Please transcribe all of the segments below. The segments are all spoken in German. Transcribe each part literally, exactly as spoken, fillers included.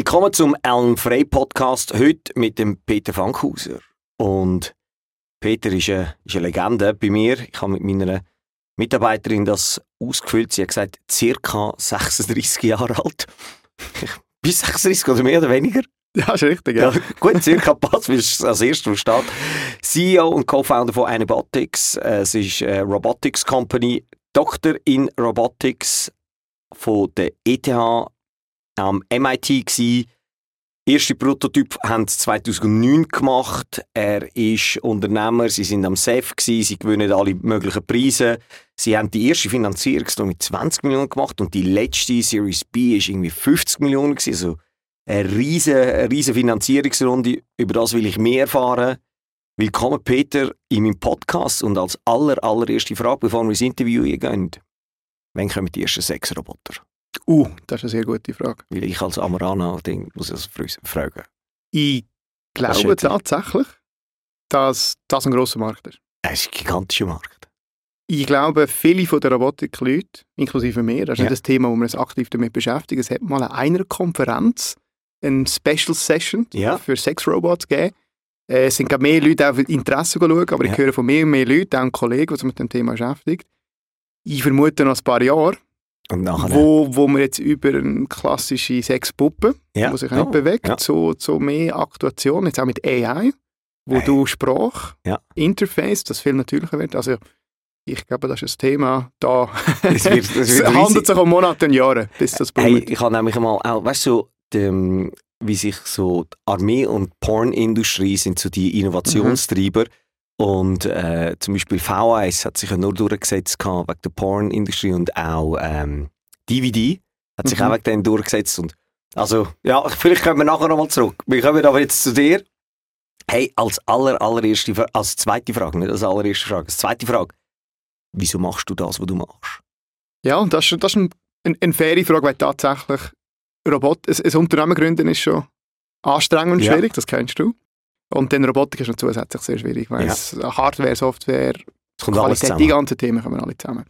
Willkommen zum Elm Frey Podcast, heute mit dem Peter Fankhauser. Und Peter ist eine, ist eine Legende bei mir. Ich habe mit meiner Mitarbeiterin das ausgefüllt. Sie hat gesagt, circa sechsunddreissig Jahre alt. Bis sechsunddreissig oder mehr oder weniger? Ja, ist richtig, ja. ja gut, circa passt, weil es als erstes steht. C E O und Co-Founder von Anybotics. Es ist eine Robotics Company, Doktor in Robotics von der E T H am M I T gsi. Erste Prototyp haben sie zweitausendneun gemacht. Er ist Unternehmer, sie sind am S E F gsi, sie gewinnen alle möglichen Preise. Sie haben die erste Finanzierungsrunde mit zwanzig Millionen gemacht und die letzte Series B ist irgendwie fünfzig Millionen gsi. Also eine riesige, eine riesige Finanzierungsrunde. Über das will ich mehr erfahren. Willkommen, Peter, in meinem Podcast. Und als aller, allererste Frage, bevor wir ins Interview gehen, wann kommen die ersten sechs Roboter? Uh, das ist eine sehr gute Frage. Weil ich als Amarana Ding muss das fragen. Ich glaube tatsächlich, dass das ein grosser Markt ist. Es ist ein gigantischer Markt. Ich glaube, viele von den Robotik-Leuten, inklusive mir, das ist ja. nicht das Thema, wo wir uns aktiv damit beschäftigen. Es hat mal an einer Konferenz eine Special Session ja. für Sex-Robots gegeben. Äh, es sind gerade mehr Leute auch Interesse schauen, aber ja. ich höre von mehr und mehr Leuten, auch einen Kollegen, der sich mit dem Thema beschäftigt. Ich vermute noch ein paar Jahre, wo, wo wir jetzt über eine klassische Sexpuppe, ja. die sich auch nicht oh. bewegt, ja. zu, zu mehr Aktuation, jetzt auch mit A I, wo hey. du Sprache, ja. Interface, das viel natürlicher wird. Also ich glaube, das ist ein Thema, da es wird, es wird es handelt sich um Monate und Jahre, bis das hey, ich habe nämlich mal auch, weißt du, die, wie sich so die Armee- und Pornindustrie sind so die Innovationstreiber. Mhm. Und äh, zum Beispiel V eins hat sich ja nur durchgesetzt wegen der Pornindustrie und auch ähm, D V D hat sich mhm. auch wegen dem durchgesetzt. Und also, ja, vielleicht kommen wir nachher nochmal zurück. Wir kommen aber jetzt zu dir. Hey, als aller, allererste Frage, als zweite Frage, nicht als allererste Frage, als zweite Frage, wieso machst du das, was du machst? Ja, das ist, das ist eine, eine faire Frage, weil tatsächlich Robot, ein, ein Unternehmen gründen ist schon anstrengend und ja. schwierig, das kennst du. Und dann Robotik ist noch zusätzlich sehr schwierig, weil ja. Hardware, Software, Qualität, die ganzen Themen kommen alle zusammen.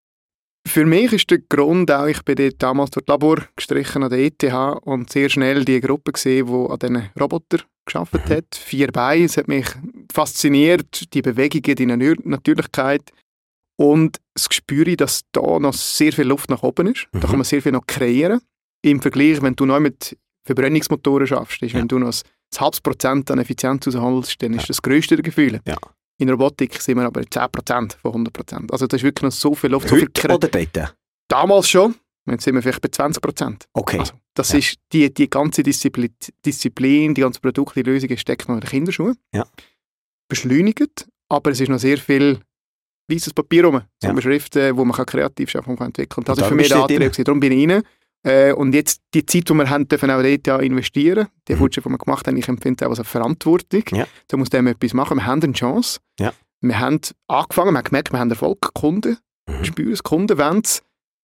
Für mich ist der Grund auch, ich bin dort damals durch das Labor gestrichen an der E T H und sehr schnell die Gruppe gesehen, die an diesen Robotern gearbeitet hat. Vier Beine, es hat mich fasziniert, die Bewegungen, die Natürlichkeit und das Gespür, dass da noch sehr viel Luft nach oben ist. Mhm. Da kann man sehr viel noch kreieren. Im Vergleich, wenn du neu mit Verbrennungsmotoren schaffst, ist, ja. wenn du noch ein halbes Prozent an Effizienz rausholst, dann ist ja. das grösste der Gefühle. Ja. In Robotik sind wir aber zehn Prozent von hundert Prozent. Also da ist wirklich noch so viel Luft. Heute so viel oder dort? Damals schon. Jetzt sind wir vielleicht bei zwanzig Prozent. Okay. Also, das ja. ist die, die ganze Disziplin, Disziplin, die ganze Produkte, die Lösungen steckt noch in den Kinderschuhen. Ja. Beschleunigt, aber es ist noch sehr viel weißes Papier rum. So ja. Beschriften, wo man kreativ schaffen kann entwickeln. Das ist für mich der Antrieb. Darum bin ich rein. Äh, und jetzt die Zeit, die wir haben, dürfen auch dort ja investieren. Die mhm. Fortschritte, die wir gemacht haben, ich empfinde auch als eine Verantwortung. Ja. Da muss dem etwas machen. Wir haben eine Chance. Ja. Wir haben angefangen, wir haben gemerkt, wir haben Erfolg. Kunden mhm. spüren es, Kunden wollen es.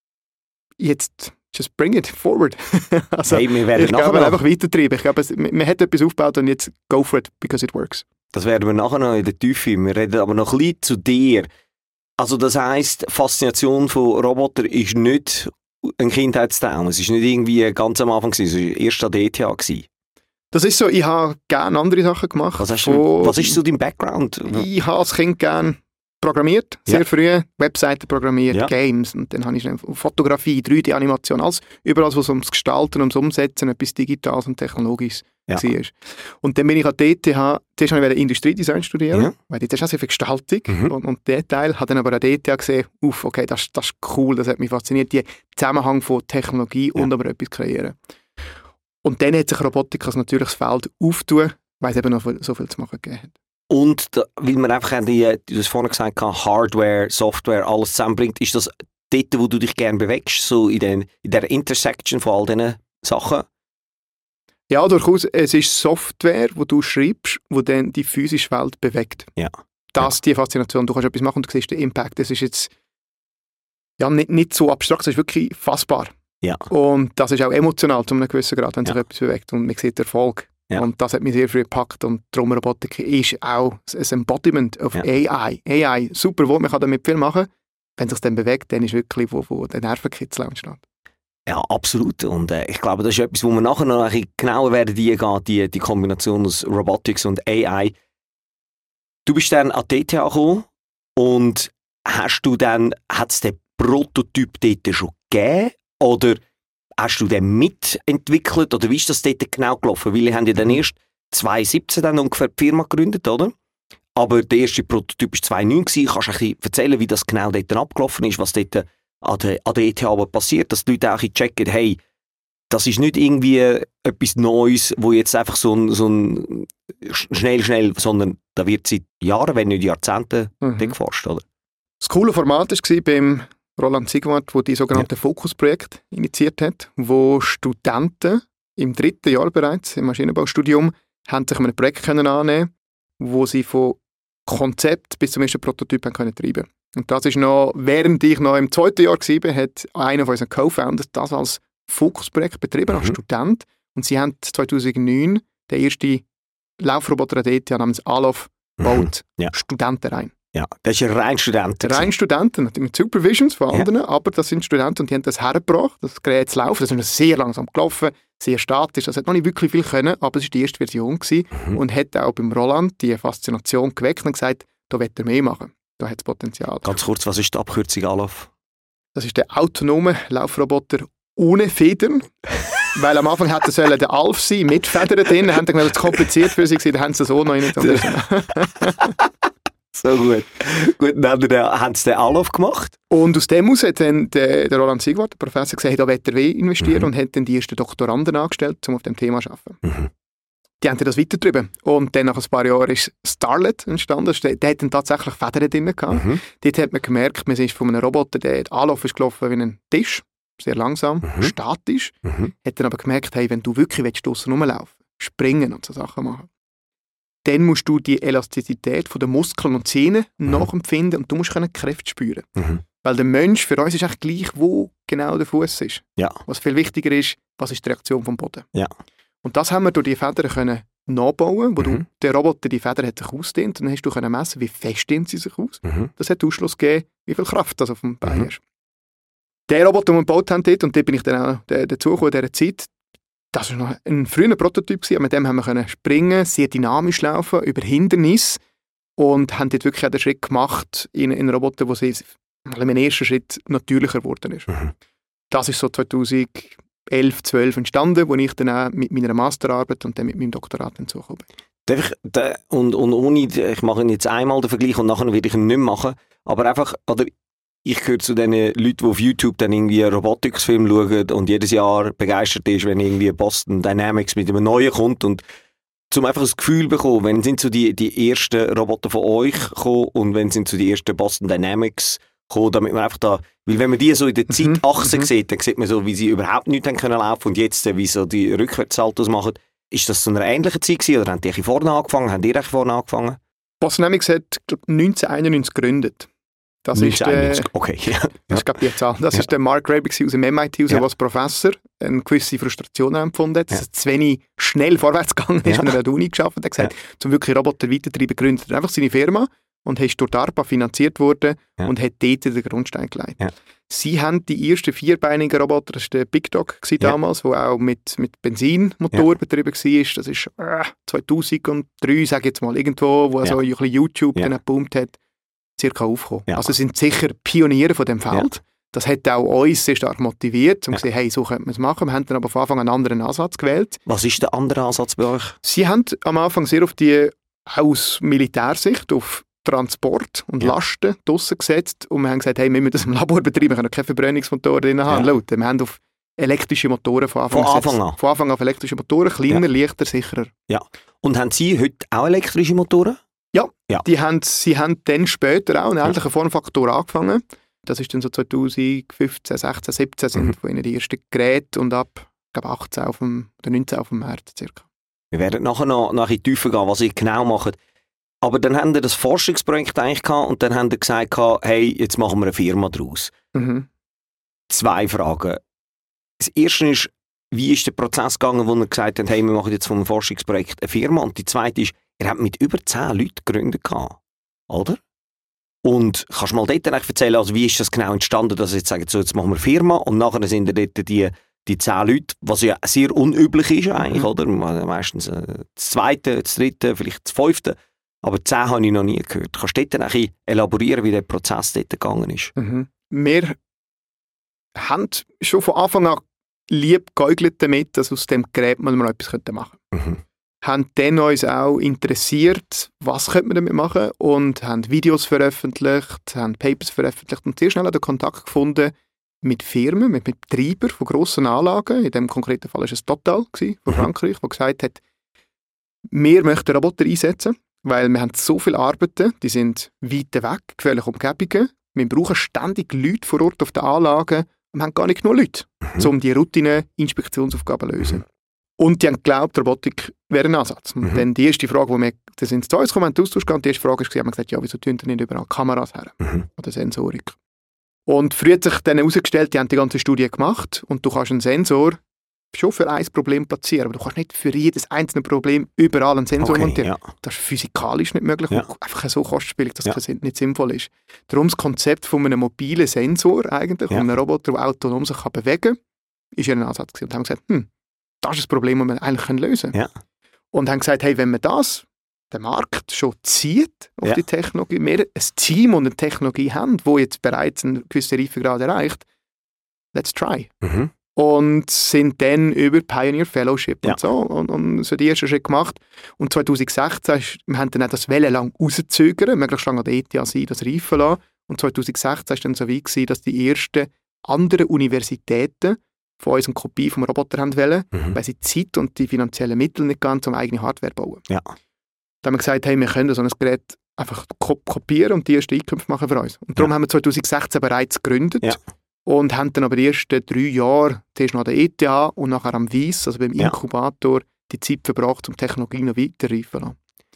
Jetzt, just bring it forward. also, hey, wir werden ich glaube, einfach weitertreiben. Ich glaube, es, man hat etwas aufgebaut und jetzt go for it, because it works. Das werden wir nachher noch in der Tiefe. Wir reden aber noch ein bisschen zu dir. Also das heisst, Faszination von Robotern ist nicht ein Kindheitstraum. Es war nicht irgendwie ganz am Anfang, es war erst an der E T H. Das ist so, ich habe gerne andere Sachen gemacht. Was, hast du, was ist so dein Background? Ich habe als Kind gerne programmiert, sehr ja. früh, Webseiten programmiert, ja. Games, und dann habe ich Fotografie, drei D-Animation, alles, überall, wo es ums Gestalten, ums Umsetzen, etwas Digitales und Technologisches ja. war. Und dann bin ich an der E T H, zuerst wollte ich Industriedesign studieren, ja. weil dort ist auch sehr viel Gestaltung mhm. und, und der Teil, habe dann aber an der E T H gesehen, uff, okay, das, das ist cool, das hat mich fasziniert, der Zusammenhang von Technologie ja. und aber etwas kreieren. Und dann hat sich Robotik als natürliches Feld aufgetan, weil es eben noch so viel zu machen gegeben hat. Und da, weil man einfach, die, du hast vorhin gesagt, Hardware, Software, alles zusammenbringt, ist das dort, wo du dich gerne bewegst, so in, den, in der Intersection von all diesen Sachen? Ja, durchaus. Es ist Software, die du schreibst, die dann die physische Welt bewegt. Ja. Das ist ja. die Faszination. Du kannst etwas machen und du siehst den Impact. Das ist jetzt ja, nicht, nicht so abstrakt, das ist wirklich fassbar. Ja. Und das ist auch emotional zu einem gewissen Grad, wenn sich ja. etwas bewegt und man sieht Erfolg. Ja. Und das hat mich sehr früh gepackt und darum Robotik ist auch ein Embodiment of ja. A I. A I, super Wort, man kann damit viel machen. Wenn es sich dann bewegt, dann ist wirklich, wo, wo der Nervenkitzel entsteht. Ja, absolut. Und äh, ich glaube, das ist etwas, wo wir nachher noch ein bisschen genauer werden eingehen, die, die Kombination aus Robotics und A I. Du bist dann an die E T H gekommen und hast du dann, hat es den Prototyp dort schon gegeben oder hast du den mitentwickelt oder wie ist das dort genau gelaufen? Weil ihr habt ja dann erst zwanzig siebzehn dann ungefähr die Firma gegründet, oder? Aber der erste Prototyp war zwanzig neun. Kannst du ein bisschen erzählen, wie das genau dort abgelaufen ist, was dort an der, an der E T H passiert, dass die Leute auch checken, hey, das ist nicht irgendwie etwas Neues, wo jetzt einfach so ein, so ein schnell, schnell, sondern da wird seit Jahren, wenn nicht Jahrzehnten, mhm. geforscht, oder? Das coole Format war beim Roland Sigwart, der die sogenannte ja. Fokus-Projekt initiiert hat, wo Studenten im dritten Jahr bereits im Maschinenbaustudium haben sich einem Projekt können annehmen, wo sie von Konzept bis zum ersten Prototyp haben können treiben. Und das ist noch, während ich noch im zweiten Jahr war, hat einer von unseren Co-Founders das als Fokusprojekt betrieben, als mhm. Student. Und sie haben zweitausendneun den ersten Laufroboter an der E T H namens Alof gebaut. Mhm. Ja. Studenten rein. Ja, das ist ein rein Studenten. Rein Studenten, mit Supervisions von anderen, ja. aber das sind Studenten und die haben das hergebracht, das Gerät zu laufen. Das ist sehr langsam gelaufen, sehr statisch. Das hat noch nicht wirklich viel können, aber es war die erste Version gewesen mhm. und hat auch beim Roland die Faszination geweckt und gesagt, da wird er mehr machen. Da hat es Potenzial. Ganz kurz, was ist die Abkürzung Alof? Das ist der autonome Laufroboter ohne Federn. Weil am Anfang hätte sollen der Alf sein, mit Federn drin. Dann haben sie gedacht, das ist kompliziert für sie, dann haben sie das auch noch nicht. So gut. Gut, dann haben sie den Alof gemacht. Und aus dem heraus hat dann der, der Roland Sigwart, der Professor, gesagt, da wird er investieren mhm. und hat dann die ersten Doktoranden angestellt, um auf dem Thema zu arbeiten. Mhm. Die haben das weitergetrieben. Und dann nach ein paar Jahren ist Starlet entstanden. Der hat dann tatsächlich Federn drin gehabt. Mhm. Dort hat man gemerkt, man ist von einem Roboter, der Alof ist gelaufen wie ein Tisch. Sehr langsam, mhm. statisch. Mhm. Hat dann aber gemerkt, hey, wenn du wirklich draussen rumlaufen willst, springen und so Sachen machen, dann musst du die Elastizität der Muskeln und Zähne mhm. nachempfinden und du musst die Kräfte spüren. Mhm. Weil der Mensch, für uns ist echt gleich, wo genau der Fuß ist. Ja. Was viel wichtiger ist, was ist die Reaktion vom Boden. Ja. Und das haben wir durch die Federn können nachbauen, wo mhm. du, der Roboter die Federn hat sich ausdehnt und dann hast du können messen, wie fest dehnt sie sich aus. Mhm. Das hat Ausschluss gegeben, wie viel Kraft das auf dem Bein mhm. ist. Der Roboter, den wir gebaut haben dort, und dort bin ich dann auch dazugekommen in dieser Zeit, das war noch ein früher Prototyp, aber mit dem haben wir können springen, sehr dynamisch laufen, über Hindernisse und haben dort wirklich auch den Schritt gemacht in einen Roboter, der sehr, im ersten Schritt natürlicher geworden ist. Mhm. Das ist so zweitausendelf, zwölf entstanden, wo ich dann auch mit meiner Masterarbeit und dann mit meinem Doktorat hinzugekommen bin. Darf ich, und, und ohne, ich mache jetzt einmal den Vergleich und nachher werde ich ihn nicht mehr machen, aber einfach, oder ich gehöre zu den Leuten, die auf YouTube dann irgendwie einen Robotics-Film schauen und jedes Jahr begeistert ist, wenn irgendwie Boston Dynamics mit einem neuen kommt und zum einfach ein Gefühl bekommen, wenn sind so die, die ersten Roboter von euch gekommen und wenn sind so die ersten Boston Dynamics gekommen, damit man einfach da, weil wenn man die so in der Zeitachse mhm. sieht, dann sieht man so, wie sie überhaupt nicht haben können laufen und jetzt, wie so die Rückwärtssaltos machen. Ist das zu einer ähnlichen Zeit gewesen oder haben die vorne angefangen? Haben die vorne angefangen? Boston Dynamics hat, glaube ich, neunzehnhunderteinundneunzig gegründet. Das ist, der, okay. das ist, die Zahl. Das ja. ist der Mark Rabik aus dem M I T, ja. als Professor eine gewisse Frustration empfunden hat, dass ja. es zu wenig schnell vorwärts gegangen ist, ja. wenn er an der Uni geschafft hat. Er hat gesagt, ja. zum wirklich Roboter weiterzutreiben, gründet er einfach seine Firma und ist durch DARPA finanziert worden ja. und hat dort den Grundstein gelegt. Ja. Sie haben die ersten vierbeinigen Roboter, das war der Big Dog ja. damals, der auch mit, mit Benzinmotor ja. betrieben war. Das ist äh, zweitausenddrei, sage ich jetzt mal, irgendwo, wo ja. so ein bisschen YouTube ja. dann geboomt hat. Circa aufgekommen. Ja. Also sind sicher Pioniere von dem Feld. Ja. Das hat auch uns sehr stark motiviert, um ja. zu sehen, hey, so könnte man es machen. Wir haben dann aber von Anfang an einen anderen Ansatz gewählt. Was ist der andere Ansatz bei euch? Sie haben am Anfang sehr auf die, aus Militärsicht, auf Transport und ja. Lasten draussen gesetzt und wir haben gesagt, hey, wir müssen das im Labor betreiben, wir können keine Verbrennungsmotoren drin haben. Ja. Wir haben auf elektrische Motoren von Anfang, von Anfang an. Von Anfang an auf elektrische Motoren, kleiner, ja. leichter, sicherer. Ja. Und haben Sie heute auch elektrische Motoren? Ja, ja. Die haben, sie haben dann später auch einen ähnlichen Formfaktor angefangen. Das ist dann so zweitausendfünfzehn, sechzehn, siebzehn sind mhm. von ihnen die ersten Geräte und ab glaube achtzehn auf dem, oder neunzehn auf dem Markt circa. Wir werden nachher noch nach in die Tiefe gehen, was sie genau machen. Aber dann haben wir das Forschungsprojekt eigentlich gehabt und dann haben wir gesagt, hey, jetzt machen wir eine Firma daraus. Mhm. Zwei Fragen. Das erste ist, wie ist der Prozess gegangen, wo wir gesagt haben, hey, wir machen jetzt vom Forschungsprojekt eine Firma? Und die zweite ist, ihr habt mit über zehn Leuten gegründet, oder? Und kannst du mal dort erzählen, also wie ist das genau entstanden, dass sie jetzt sagen, so, jetzt machen wir eine Firma und nachher sind da dort die, die zehn Leute, was ja sehr unüblich ist eigentlich, mhm. oder? Meistens äh, das zweite, das dritte, vielleicht das fünfte, aber zehn habe ich noch nie gehört. Kannst du dort dann ein bisschen elaborieren, wie der Prozess dort gegangen ist? Mhm. Wir haben schon von Anfang an lieb geäugelt damit, dass aus dem Gerät man mal etwas machen könnte. Mhm. Haben dann uns auch interessiert, was könnte man damit machen und haben Videos veröffentlicht, haben Papers veröffentlicht und sehr schnell den Kontakt gefunden mit Firmen, mit, mit Betreibern von grossen Anlagen. In diesem konkreten Fall war es Total von Frankreich, der gesagt hat, wir möchten Roboter einsetzen, weil wir haben so viele Arbeiten, die sind weit weg, gefährliche Umgebungen. Wir brauchen ständig Leute vor Ort auf den Anlagen und wir haben gar nicht genug Leute, mhm. um die Routine-Inspektionsaufgaben zu lösen. Mhm. Und die haben geglaubt, Robotik wäre ein Ansatz. Und mhm. dann die erste Frage, wo wir da sind zu uns gekommen, haben den Austausch gehabt, die erste Frage war, haben wir gesagt, ja, wieso tun denn nicht überall Kameras her? Mhm. Oder Sensorik. Und früher hat sich dann herausgestellt, die haben die ganze Studie gemacht und du kannst einen Sensor schon für ein Problem platzieren, aber du kannst nicht für jedes einzelne Problem überall einen Sensor okay, montieren. Ja. Das ist physikalisch nicht möglich ja. und einfach so kostspielig, dass ja. das nicht sinnvoll ist. Darum das Konzept von einem mobilen Sensor eigentlich, ja. und einem Roboter, der autonom sich kann bewegen kann, ist ja ein Ansatz gewesen. Und haben gesagt, hm, das ist das Problem, das wir eigentlich lösen können. Ja. Und haben gesagt, hey, wenn wir das, den Markt schon zieht auf ja. die Technologie, wir ein Team und eine Technologie haben, wo jetzt bereits einen gewissen Reifegrad erreicht, let's try. Mhm. Und sind dann über Pioneer Fellowship ja. und so und, und so die ersten Schritte gemacht. Und zwanzig sechzehn, wir haben dann auch das Welle lang rauszögern, möglichst lange an der E T H sein, das reifen lassen. Und zwanzig sechzehn war dann so weit gewesen, dass die ersten anderen Universitäten von uns eine Kopie vom Roboter haben wollen, mhm. weil sie Zeit und die finanziellen Mittel nicht hatten, um eigene Hardware zu bauen. Ja. Da haben wir gesagt, hey, wir können so ein Gerät einfach kopieren und die ersten Einkünfte machen für uns. Und darum ja. haben wir zwanzig sechzehn bereits gegründet ja. und haben dann aber die ersten drei Jahre, zuerst noch an der E T H und nachher am Wyss, also beim Inkubator, ja. die Zeit verbracht, um Technologien noch weiter reifen zu lassen.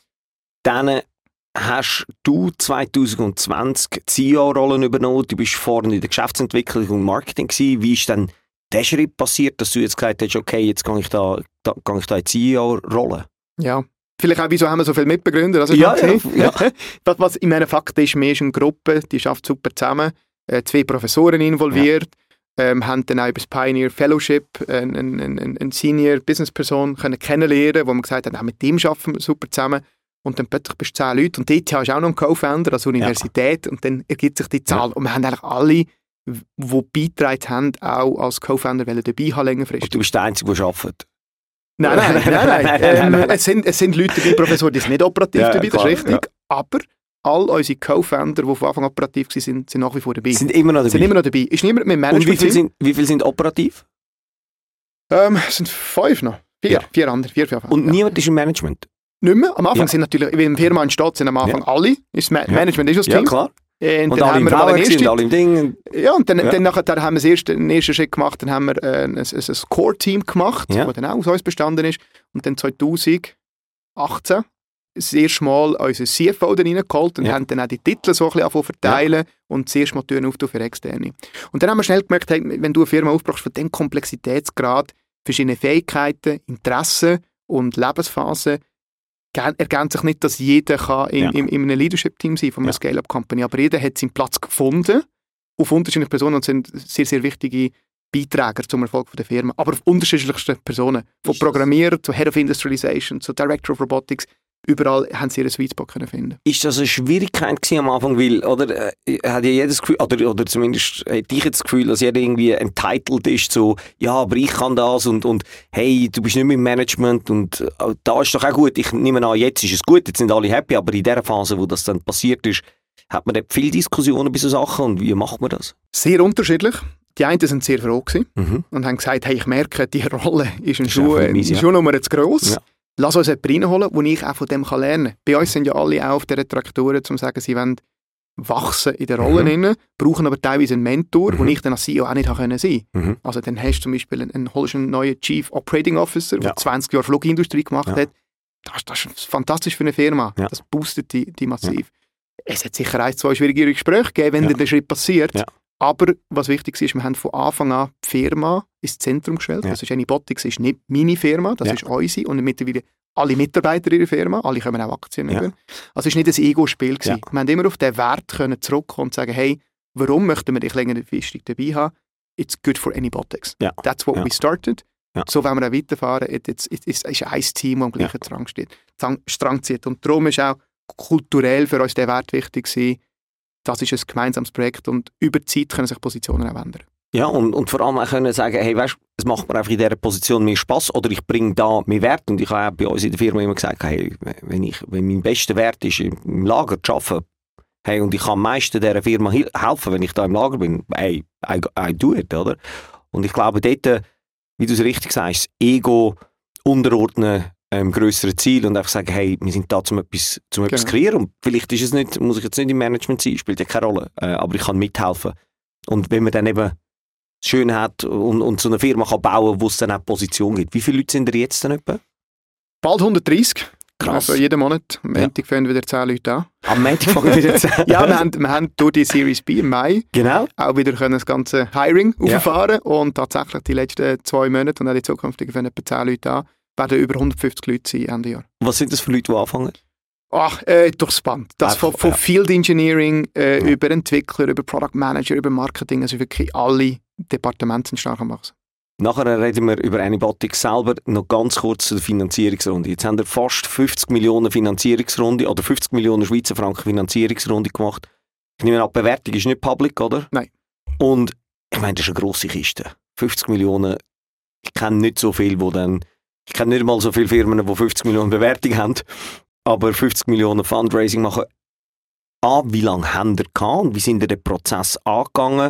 Dann hast du zwanzig zwanzig die C E O-Rolle übernommen, du bist vorne in der Geschäftsentwicklung und Marketing gewesen. Wie ist dann der Schritt passiert, dass du jetzt gesagt hast, okay, jetzt gehe ich da, da, gehe ich da in die C E O-Rolle? Ja, vielleicht auch, wieso haben wir so viel mitbegründet? Also ja, ja, ja. Was, was in meiner Fakt ist, wir sind eine Gruppe, die schafft super zusammen, äh, zwei Professoren involviert, ja. ähm, haben dann auch über das Pioneer Fellowship eine ein, ein, ein Senior Business Person können kennenlernen, wo man gesagt hat, auch mit dem arbeiten wir super zusammen. Und dann plötzlich bist du zehn Leute und dort hast du auch noch einen Co-Founder als Universität ja. und dann ergibt sich die Zahl. Ja. Und wir haben eigentlich alle, die beigetragen haben, auch als Co-Founder dabei haben längerfristig. Und du bist der Einzige, der arbeitet? Nein, nein, nein. nein, nein. ähm, es, sind, es sind Leute dabei, Professoren, die sind nicht operativ ja, dabei, das ist richtig. Ja. Aber all unsere Co-Founder, die von Anfang an operativ waren, sind, sind nach wie vor dabei. Sind immer noch dabei? Sind immer noch dabei. Ist niemand mit Management. Und wie viele sind, wie viel sind operativ? Ähm, es sind fünf noch. Vier, ja. vier andere. Vier, vier, Und ja. niemand ist im Management? Nicht mehr. Am Anfang ja. sind natürlich, wenn eine Firma entsteht, sind am Anfang ja. alle. Das Management ist das Team. Ja, klar. Und, und dann alle haben im wir Power sind, alle im Ding. Ja, und dann, ja. dann nachher dann haben wir das erste, den ersten Schritt gemacht, dann haben wir äh, ein, ein, ein Core-Team gemacht, das ja. dann auch aus uns bestanden ist. Und dann zwanzig achtzehn das erste Mal unseren C F O dann reingeholt und ja. haben dann auch die Titel so ein bisschen angefangen verteilen ja. und das erste Mal Türen auftun für Externe. Und dann haben wir schnell gemerkt, hey, wenn du eine Firma aufbrauchst von diesem Komplexitätsgrad, verschiedene Fähigkeiten, Interessen und Lebensphasen, ergänzt sich nicht, dass jeder kann in, ja. in, in einem Leadership-Team sein von einer ja. Scale-Up-Company, aber jeder hat seinen Platz gefunden auf unterschiedliche Personen und sind sehr, sehr wichtige Beiträger zum Erfolg der Firma, aber auf unterschiedlichste Personen, von Programmierer zu Head of Industrialization, zu Director of Robotics, überall haben sie ihren Sweet Spot können finden. Ist das eine Schwierigkeit gewesen am Anfang, weil, oder, äh, hat ja jedes Gefühl, oder, oder zumindest hätte ich jetzt das Gefühl, dass jeder irgendwie entitled ist, so, ja, aber ich kann das und, und hey, du bist nicht mehr im Management und äh, da ist doch auch gut, ich nehme an, jetzt ist es gut, jetzt sind alle happy, aber in der Phase, wo das dann passiert ist, hat man da viele Diskussionen bei so Sachen und wie macht man das? Sehr unterschiedlich. Die einen waren sehr froh gewesen mhm. und haben gesagt, hey, ich merke, die Rolle ist eine Schuhnummer zu gross. Ja. Lass uns jemanden reinholen, wo ich auch von dem lernen kann. Bei uns sind ja alle auch auf dieser Traktoren, um zu sagen, sie wollen wachsen in den Rollen, mhm. rein, brauchen aber teilweise einen Mentor, mhm. wo ich dann als C E O auch nicht sein konnte. Mhm. Also dann hast du zum Beispiel einen, einen, einen neuen Chief Operating Officer, der ja. zwanzig Jahre Flugindustrie gemacht ja. hat. Das, das ist fantastisch für eine Firma. Ja. Das boostet die, die massiv. Ja. Es hat sicher ein, zwei schwierige Gespräche gegeben, wenn ja. dann der Schritt passiert. Ja. Aber was wichtig ist, wir haben von Anfang an die Firma ins Zentrum gestellt. Ja. Das ist Anybotics, ist nicht meine Firma, das ja. ist unsere. Und mittlerweile alle Mitarbeiter ihrer Firma, alle können auch Aktien Ja. über. Also es war nicht ein Ego-Spiel. Ja. Wir haben immer auf den Wert können zurückkommen und sagen, hey, warum möchten wir dich längerfristig dabei haben? It's good for any Botics. Ja. That's what Ja. we started. Ja. So wollen wir auch weiterfahren. Es ist ein Team, das am gleichen Ja. Strang steht, Zang- Strang zieht. Und darum ist auch kulturell für uns der Wert wichtig gewesen, das ist ein gemeinsames Projekt und über die Zeit können sich Positionen auch ändern. Ja, und, und vor allem auch können sagen, hey, weißt, es macht mir einfach in dieser Position mehr Spass oder ich bringe da mehr Wert. Und ich habe auch bei uns in der Firma immer gesagt, hey, wenn, ich, wenn mein bester Wert ist, im Lager zu arbeiten, hey, und ich kann am meisten dieser Firma hel- helfen, wenn ich da im Lager bin, hey, I, I do it, oder? Und ich glaube, dort, wie du es richtig sagst, das Ego unterordnen ähm, grösseren Ziel und einfach sagen, hey, wir sind da, um etwas, um etwas zu Genau. kreieren. Und vielleicht ist es nicht, muss ich jetzt nicht im Management sein, spielt ja keine Rolle, äh, aber ich kann mithelfen. Und wenn man dann eben schön hat und, und so eine Firma kann bauen, wo es dann auch Position gibt. Wie viele Leute sind ihr jetzt denn etwa? Bald hundertdreissig. Krass. Also jeden Monat. Am Ja. Montag fangen wieder zehn Leute an. Am Montag fangen wir wieder zu. Ja, wir haben, wir haben durch die Series B im Mai Genau. auch wieder können das ganze Hiring Ja. auffahren und tatsächlich die letzten zwei Monate und auch die zukünftigen fangen etwa zehn Leute an, werden über hundertfünfzig Leute sein Ende Jahr. Was sind das für Leute, die anfangen? Ach, äh, durchs Band. Das Einfach, von, von ja. Field Engineering äh, Ja. über Entwickler, über Product Manager, über Marketing, also wirklich alle Departemente sind stark am Wachsen. Nachher reden wir über Anybotics selber. Noch ganz kurz zu der Finanzierungsrunde. Jetzt haben wir fast fünfzig Millionen Finanzierungsrunde oder fünfzig Millionen Schweizer Franken Finanzierungsrunde gemacht. Ich nehme an, die Bewertung ist nicht public, oder? Nein. Und ich meine, das ist eine grosse Kiste. fünfzig Millionen, ich kenne nicht so viel, wo dann, ich kenne nicht mal so viele Firmen, die fünfzig Millionen Bewertung haben, aber fünfzig Millionen Fundraising machen. A, wie lange haben ihr gehabt und wie sind ihr den Prozess angegangen?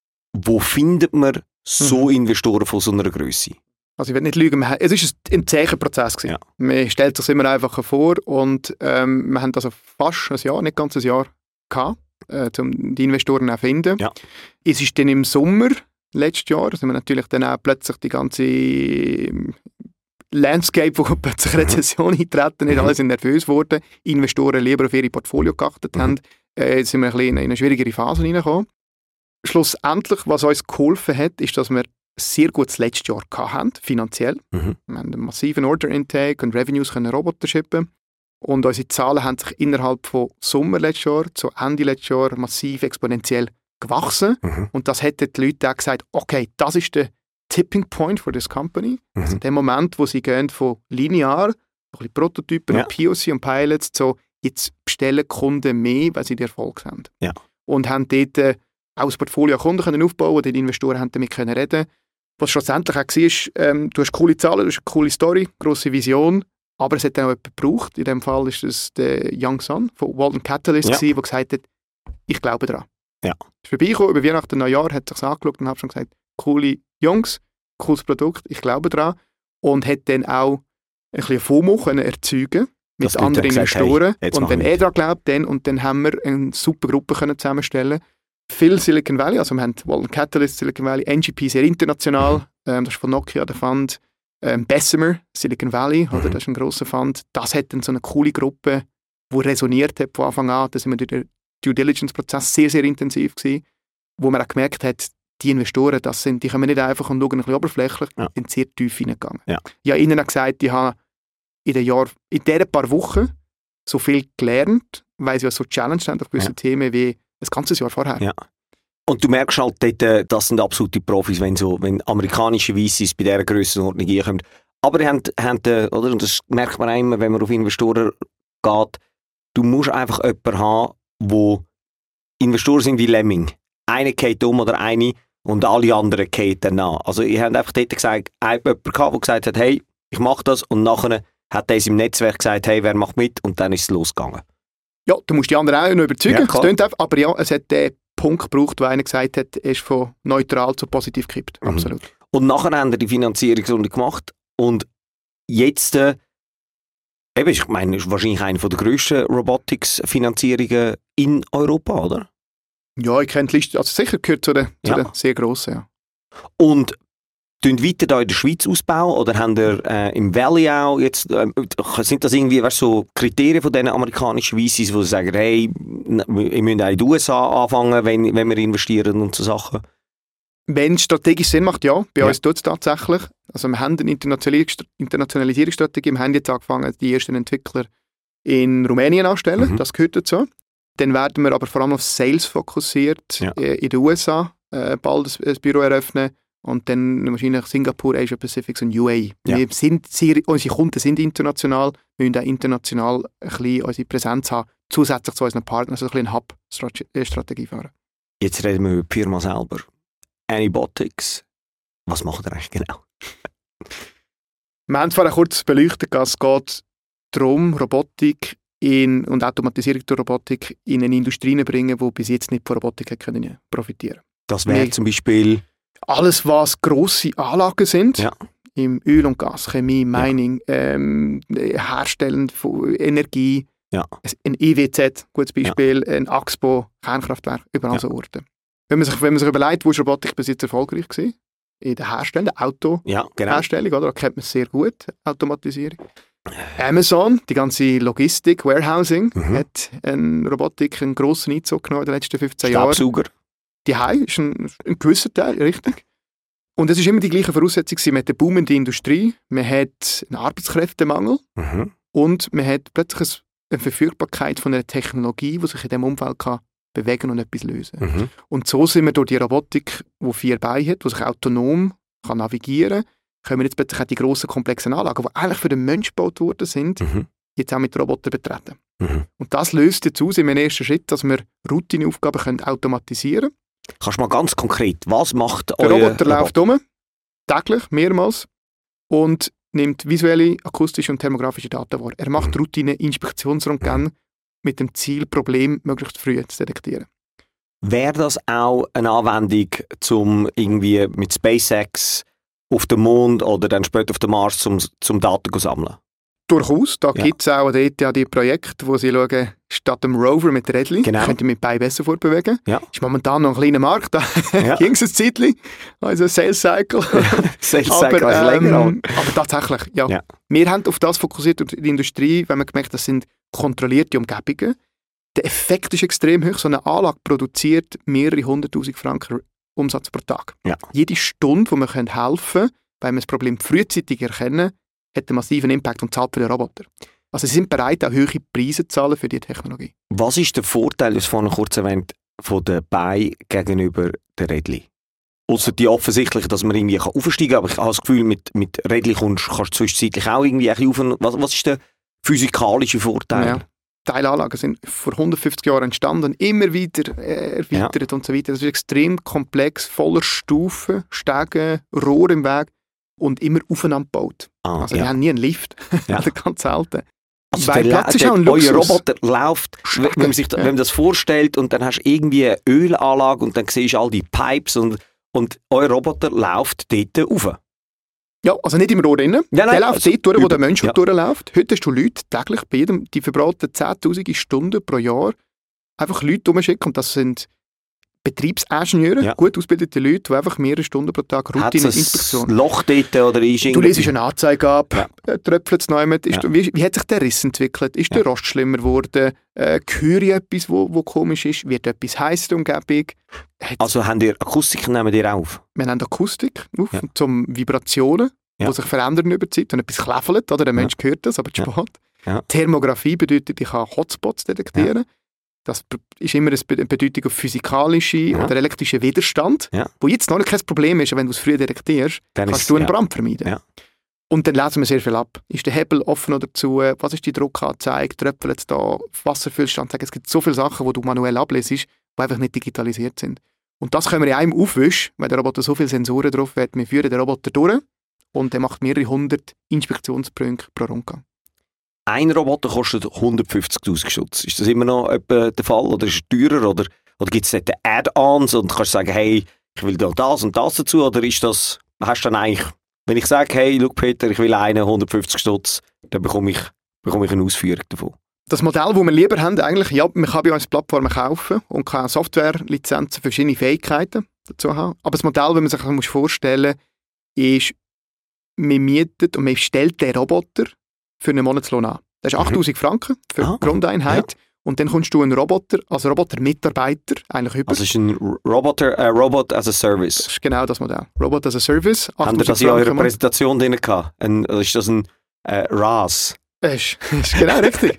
Wo findet man so Mhm. Investoren von so einer Grösse? Also ich will nicht lügen, wir haben- es war ein zäher Prozess. gewesen. Ja. Man stellt sich immer einfacher vor und ähm, wir haben also fast ein Jahr, nicht ganz ein Jahr gehabt, äh, um die Investoren auch zu finden. Ja. Es ist dann im Sommer letztes Jahr, sind wir natürlich dann auch plötzlich die ganze ähm, Landscape, wo plötzlich Rezession eintreten ist, Mhm. alle sind nervös geworden, Investoren lieber auf ihre Portfolio geachtet Mhm. haben, äh, sind wir ein bisschen in eine schwierigere Phase reingekommen. Schlussendlich, was uns geholfen hat, ist, dass wir sehr gutes letztes Jahr hatten, finanziell. Mhm. Wir haben einen massiven Order-Intake und Revenues können Roboter shippen. Und unsere Zahlen haben sich innerhalb von Sommer letztes Jahr zu Ende letztes Jahr massiv exponentiell gewachsen. Mhm. Und das hätten die Leute auch gesagt, okay, das ist der Tipping Point for this company. Mhm. Also der Moment, wo sie gehen von linear, ein bisschen Prototypen Ja. und P O C und Pilots, so jetzt bestellen Kunden mehr, weil sie den Erfolg haben. Ja. Und haben dort äh, auch das Portfolio an Kunden können aufbauen, die Investoren haben damit können reden. Was schlussendlich auch war, ähm, du hast coole Zahlen, du hast eine coole Story, grosse Vision, aber es hat dann auch jemanden gebraucht. In dem Fall ist es der Young Son von Walden Catalyst, Ja. der gesagt hat, ich glaube daran. Ja. Ist vorbeigekommen, über Weihnachten, Neujahr, hat sich angeschaut und hat schon gesagt, coole Jungs, cooles Produkt, ich glaube daran. Und hat dann auch ein bisschen FOMO können erzeugen mit Dass die Leute anderen gesagt, Investoren. hey, jetzt und machen wenn wir er mit. daran glaubt, dann, und dann haben wir eine super Gruppe können zusammenstellen. Viel Silicon Valley, also wir haben Walden Catalyst, Silicon Valley, N G P sehr international, Mhm. ähm, das ist von Nokia der Fund, ähm, Bessemer, Silicon Valley, Mhm. oder, das ist ein grosser Fund. Das hat dann so eine coole Gruppe, die resoniert hat von Anfang an. Da sind wir durch den Due Diligence-Prozess sehr, sehr intensiv gewesen, wo man auch gemerkt hat, die Investoren, das sind, die kommen nicht einfach und schauen ein bisschen oberflächlich, Ja. sind sehr tief hineingegangen. Ja. Ich habe ihnen auch gesagt, ich habe in den Jahr, in diesen paar Wochen so viel gelernt, weil sie ja so challenged haben auf gewisse Ja. Themen wie ein ganzes Jahr vorher. Ja. Und du merkst halt dort, äh, das sind absolute Profis, wenn, so, wenn amerikanische V Cs bei dieser Grössenordnung hinkommen. Aber die haben, haben äh, oder? Und das merkt man auch immer, wenn man auf Investoren geht, du musst einfach jemanden haben, wo Investoren sind wie Lemming. Einer geht um oder eine und alle anderen gehen dann nach. Also ihr habt einfach dort gesagt, jemand gehabt, der gesagt hat, hey, ich mache das, und nachher hat er im Netzwerk gesagt, hey, wer macht mit, und dann ist es losgegangen. Ja, du musst die anderen auch noch überzeugen, Ja, es klar. klingt einfach, aber ja, es hat den Punkt gebraucht, wo einer gesagt hat, er ist von neutral zu positiv gekippt. Mhm. Absolut. Und nachher haben wir die Finanzierungsrunde gemacht und jetzt, äh, eben, ich meine, ist wahrscheinlich eine der grössten Robotics-Finanzierungen in Europa, oder? Ja, ich kenne die Liste, also sicher gehört zu den, zu Ja. den sehr grossen, ja. Und tun weiter da in der Schweiz ausbauen oder haben ihr äh, im Valley auch jetzt, äh, sind das irgendwie, weißt, so Kriterien von diesen amerikanischen V Cs, wo sie sagen, hey, ihr müsst auch in den U S A anfangen, wenn, wenn wir investieren und so Sachen? Wenn es strategisch Sinn macht, ja. Bei Ja. uns tut es tatsächlich. Also wir haben eine Internationalis- Internationalisierungsstrategie. Wir haben jetzt angefangen, die ersten Entwickler in Rumänien anzustellen. Mhm. Das gehört dazu. Dann werden wir aber vor allem auf Sales fokussiert Ja. äh, in den U S A äh, bald ein, ein Büro eröffnen und dann wahrscheinlich Singapur, Asia Pacific und U A E. Ja. Wir sind sehr, unsere Kunden sind international. Wir müssen auch international ein bisschen unsere Präsenz haben, zusätzlich zu unseren Partnern, also ein bisschen eine Hub-Strategie fahren. Jetzt reden wir über die Firma selber. Anybotics. Was macht ihr eigentlich genau? Wir haben es vorhin kurz beleuchtet, es geht darum, Robotik in, und Automatisierung durch Robotik in eine Industrie zu bringen, die bis jetzt nicht von Robotik können profitieren. Das wäre Wir- zum Beispiel... Alles, was grosse Anlagen sind, Ja. im Öl- und Gas, Chemie, Mining, ähm, Herstellen von Energie, Ja. ein E W Z, gutes Beispiel, ein Axpo, Kernkraftwerk, überall Ja. so Orte. Wenn man sich, wenn man sich überlegt, wo ist Robotik bis jetzt erfolgreich war, in der Herstellung, der Auto, Ja, genau. Herstellung, oder? Da kennt man es sehr gut, Automatisierung. Amazon, die ganze Logistik, Warehousing, Mhm. hat eine Robotik einen grossen Einzug genommen in den letzten fünfzehn Jahren. Staubsauger. Die Hai ist ein, ein gewisser Teil, richtig. Und es ist immer die gleiche Voraussetzung gewesen. Man hat eine boomende Industrie, man hat einen Arbeitskräftemangel Mhm. und man hat plötzlich eine Verfügbarkeit von einer Technologie, die sich in diesem Umfeld kann bewegen und etwas lösen. Mhm. Und so sind wir durch die Robotik, die vier Beine hat, die sich autonom kann navigieren kann, können wir jetzt plötzlich auch die grossen, komplexen Anlagen, die eigentlich für den Mensch gebaut worden sind, Mhm. jetzt auch mit Robotern betreten. Mhm. Und das löst jetzt aus im ersten Schritt, dass wir Routineaufgaben können automatisieren können. Kannst du mal ganz konkret, was macht Der euer Roboter läuft um, täglich, mehrmals, und nimmt visuelle, akustische und thermografische Daten wahr. Er macht Routine-Inspektionsrundgänge mit dem Ziel, Probleme möglichst früh zu detektieren. Wäre das auch eine Anwendung, um irgendwie mit SpaceX auf den Mond oder dann später auf den Mars zum, zum Daten zu sammeln? Durchaus, da Ja. gibt es auch dort ja die Projekte, wo sie schauen, statt dem Rover mit Rädchen, Genau. könnt ihr mit Beinen besser vorbewegen. Ja. Ist momentan noch ein kleiner Markt, da Ja. ging es ein Zeitchen, also Sales Cycle. Sales aber, Cycle ist länger. aber- ähm, aber tatsächlich, ja. Ja. Wir haben auf das fokussiert und die Industrie, wenn man gemerkt, das sind kontrollierte Umgebungen. Der Effekt ist extrem hoch. So eine Anlage produziert mehrere hunderttausend Franken Umsatz pro Tag. Ja. Jede Stunde, wo wir helfen können, weil wir das Problem frühzeitig erkennen, hat einen massiven Impact und zahlt für den Roboter. Also sie sind bereit, auch hohe Preise zu zahlen für diese Technologie. Was ist der Vorteil, das vorhin kurz erwähnt, von den Beinen gegenüber den Rädchen? Ausser die offensichtlich, dass man irgendwie aufsteigen kann, aber ich habe das Gefühl, mit, mit Rädchen kommst, kannst du zwischenzeitlich auch irgendwie ein bisschen auf. Was, was ist der physikalische Vorteil? Ja. Teilanlagen sind vor hundertfünfzig Jahren entstanden, immer wieder äh, erweitert und so weiter. Das ist extrem komplex, voller Stufen, Stege, Rohr im Weg und immer aufeinander gebaut. Ah, Also wir ja. haben nie einen Lift, Ja. also ganz selten. Also Weil der, Platz ist der, auch ein euer Luxus. Roboter läuft, wenn man sich Ja. wenn man das vorstellt und dann hast du irgendwie eine Ölanlage und dann siehst du all die Pipes und, und euer Roboter läuft dort rauf. Ja, also nicht im Rohr drinnen. Ja, nein, der läuft also dort durch, wo über- der Mensch ja. durchläuft. Heute hast du Leute täglich bei jedem, die verbraten zehntausende Stunden pro Jahr, einfach Leute rumschicken und das sind Betriebsingenieure, Ja. gut ausgebildete Leute, die einfach mehrere Stunden pro Tag Hat es Routine-Inspektion. ein Loch dort oder ist Du irgendwie... lesest eine Anzeige ab, Ja. äh, tröpfelt es noch jemand, ist, Ja. wie, wie hat sich der Riss entwickelt? Ist der Ja. Rost schlimmer geworden? Äh, höre ich etwas, wo, wo komisch ist? Wird etwas heiß in der Umgebung? Hat, Also habt ihr Akustik, nehmen ihr auf? wir haben Akustik auf, Ja. zum Vibrationen, Ja. die sich verändern über die Zeit. Wenn etwas kläffelt, oder der Mensch hört das, aber zu Ja. spät. Ja. Thermografie bedeutet, ich kann Hotspots detektieren. Das be- ist immer eine Be- eine Bedeutung auf physikalische Ja. oder elektrische Widerstand, Ja. wo jetzt noch nicht kein Problem ist, wenn du es früh detektierst, Dann kannst ist- du einen ja. Brand vermeiden. Ja. Und dann lesen wir sehr viel ab. Ist der Hebel offen oder zu? Was ist die Druckanzeige? Tröpfelt es da? Wasserfüllstand? Es gibt so viele Sachen, die du manuell ablesest, die einfach nicht digitalisiert sind. Und das können wir in einem Aufwisch, weil der Roboter so viele Sensoren drauf hat. Wir führen den Roboter durch und der macht mehrere hundert Inspektionspunkte pro Rundgang. Ein Roboter kostet hundertfünfzigtausend Stutz. Ist das immer noch etwa der Fall oder ist es teurer? Oder, oder gibt es dort Add-ons und kannst du sagen, hey, ich will da das und das dazu? Oder ist das, hast du dann eigentlich, wenn ich sage, hey, schau Peter, ich will einen hundertfünfzig Stutz, dann bekomme ich, bekomme ich eine Ausführung davon. Das Modell, das wir lieber haben, eigentlich, ja, man kann bei uns Plattformen kaufen und kann Softwarelizenzen für verschiedene Fähigkeiten dazu haben. Aber das Modell, wenn man sich das vorstellen muss, ist, man mietet und man stellt den Roboter für einen Monatslohn an. Das ist achttausend Franken für Ah, die Grundeinheit. Und dann kommst du einen Roboter, als Roboter-Mitarbeiter eigentlich über. Also es ist ein Roboter, äh, Robot as a Service. Das ist genau das Modell. Robot as a Service. Habt ihr das in eurer Präsentation drin gehabt? Ein, ist das ein äh, R A S? Das ist, das ist genau richtig.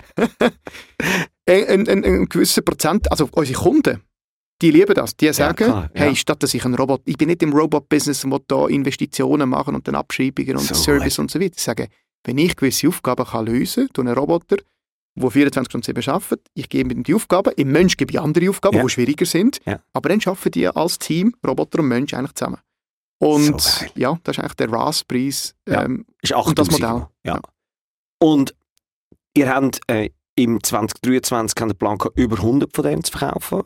ein, ein, ein, ein gewisser Prozent, also unsere Kunden, die lieben das. Die sagen, ja, klar, ja. hey, statt dass ich ein Robot, ich bin nicht im Robot-Business, wo da Investitionen machen und dann Abschreibungen und so, Service und so weiter. Die sagen, wenn ich gewisse Aufgaben kann lösen kann, durch einen Roboter, der vierundzwanzig Stunden sieben arbeitet, ich gebe ihm die Aufgaben, im Mensch gebe ich andere Aufgaben, ja. die schwieriger sind, ja. aber dann arbeiten die als Team, Roboter und Mensch, eigentlich zusammen. Und so ja, das ist eigentlich der R A S-Preis ähm, ja, und das Modell. Ja. Ja. Und ihr habt äh, im zwanzig dreiundzwanzig den Plan gehabt, über hundert von denen zu verkaufen.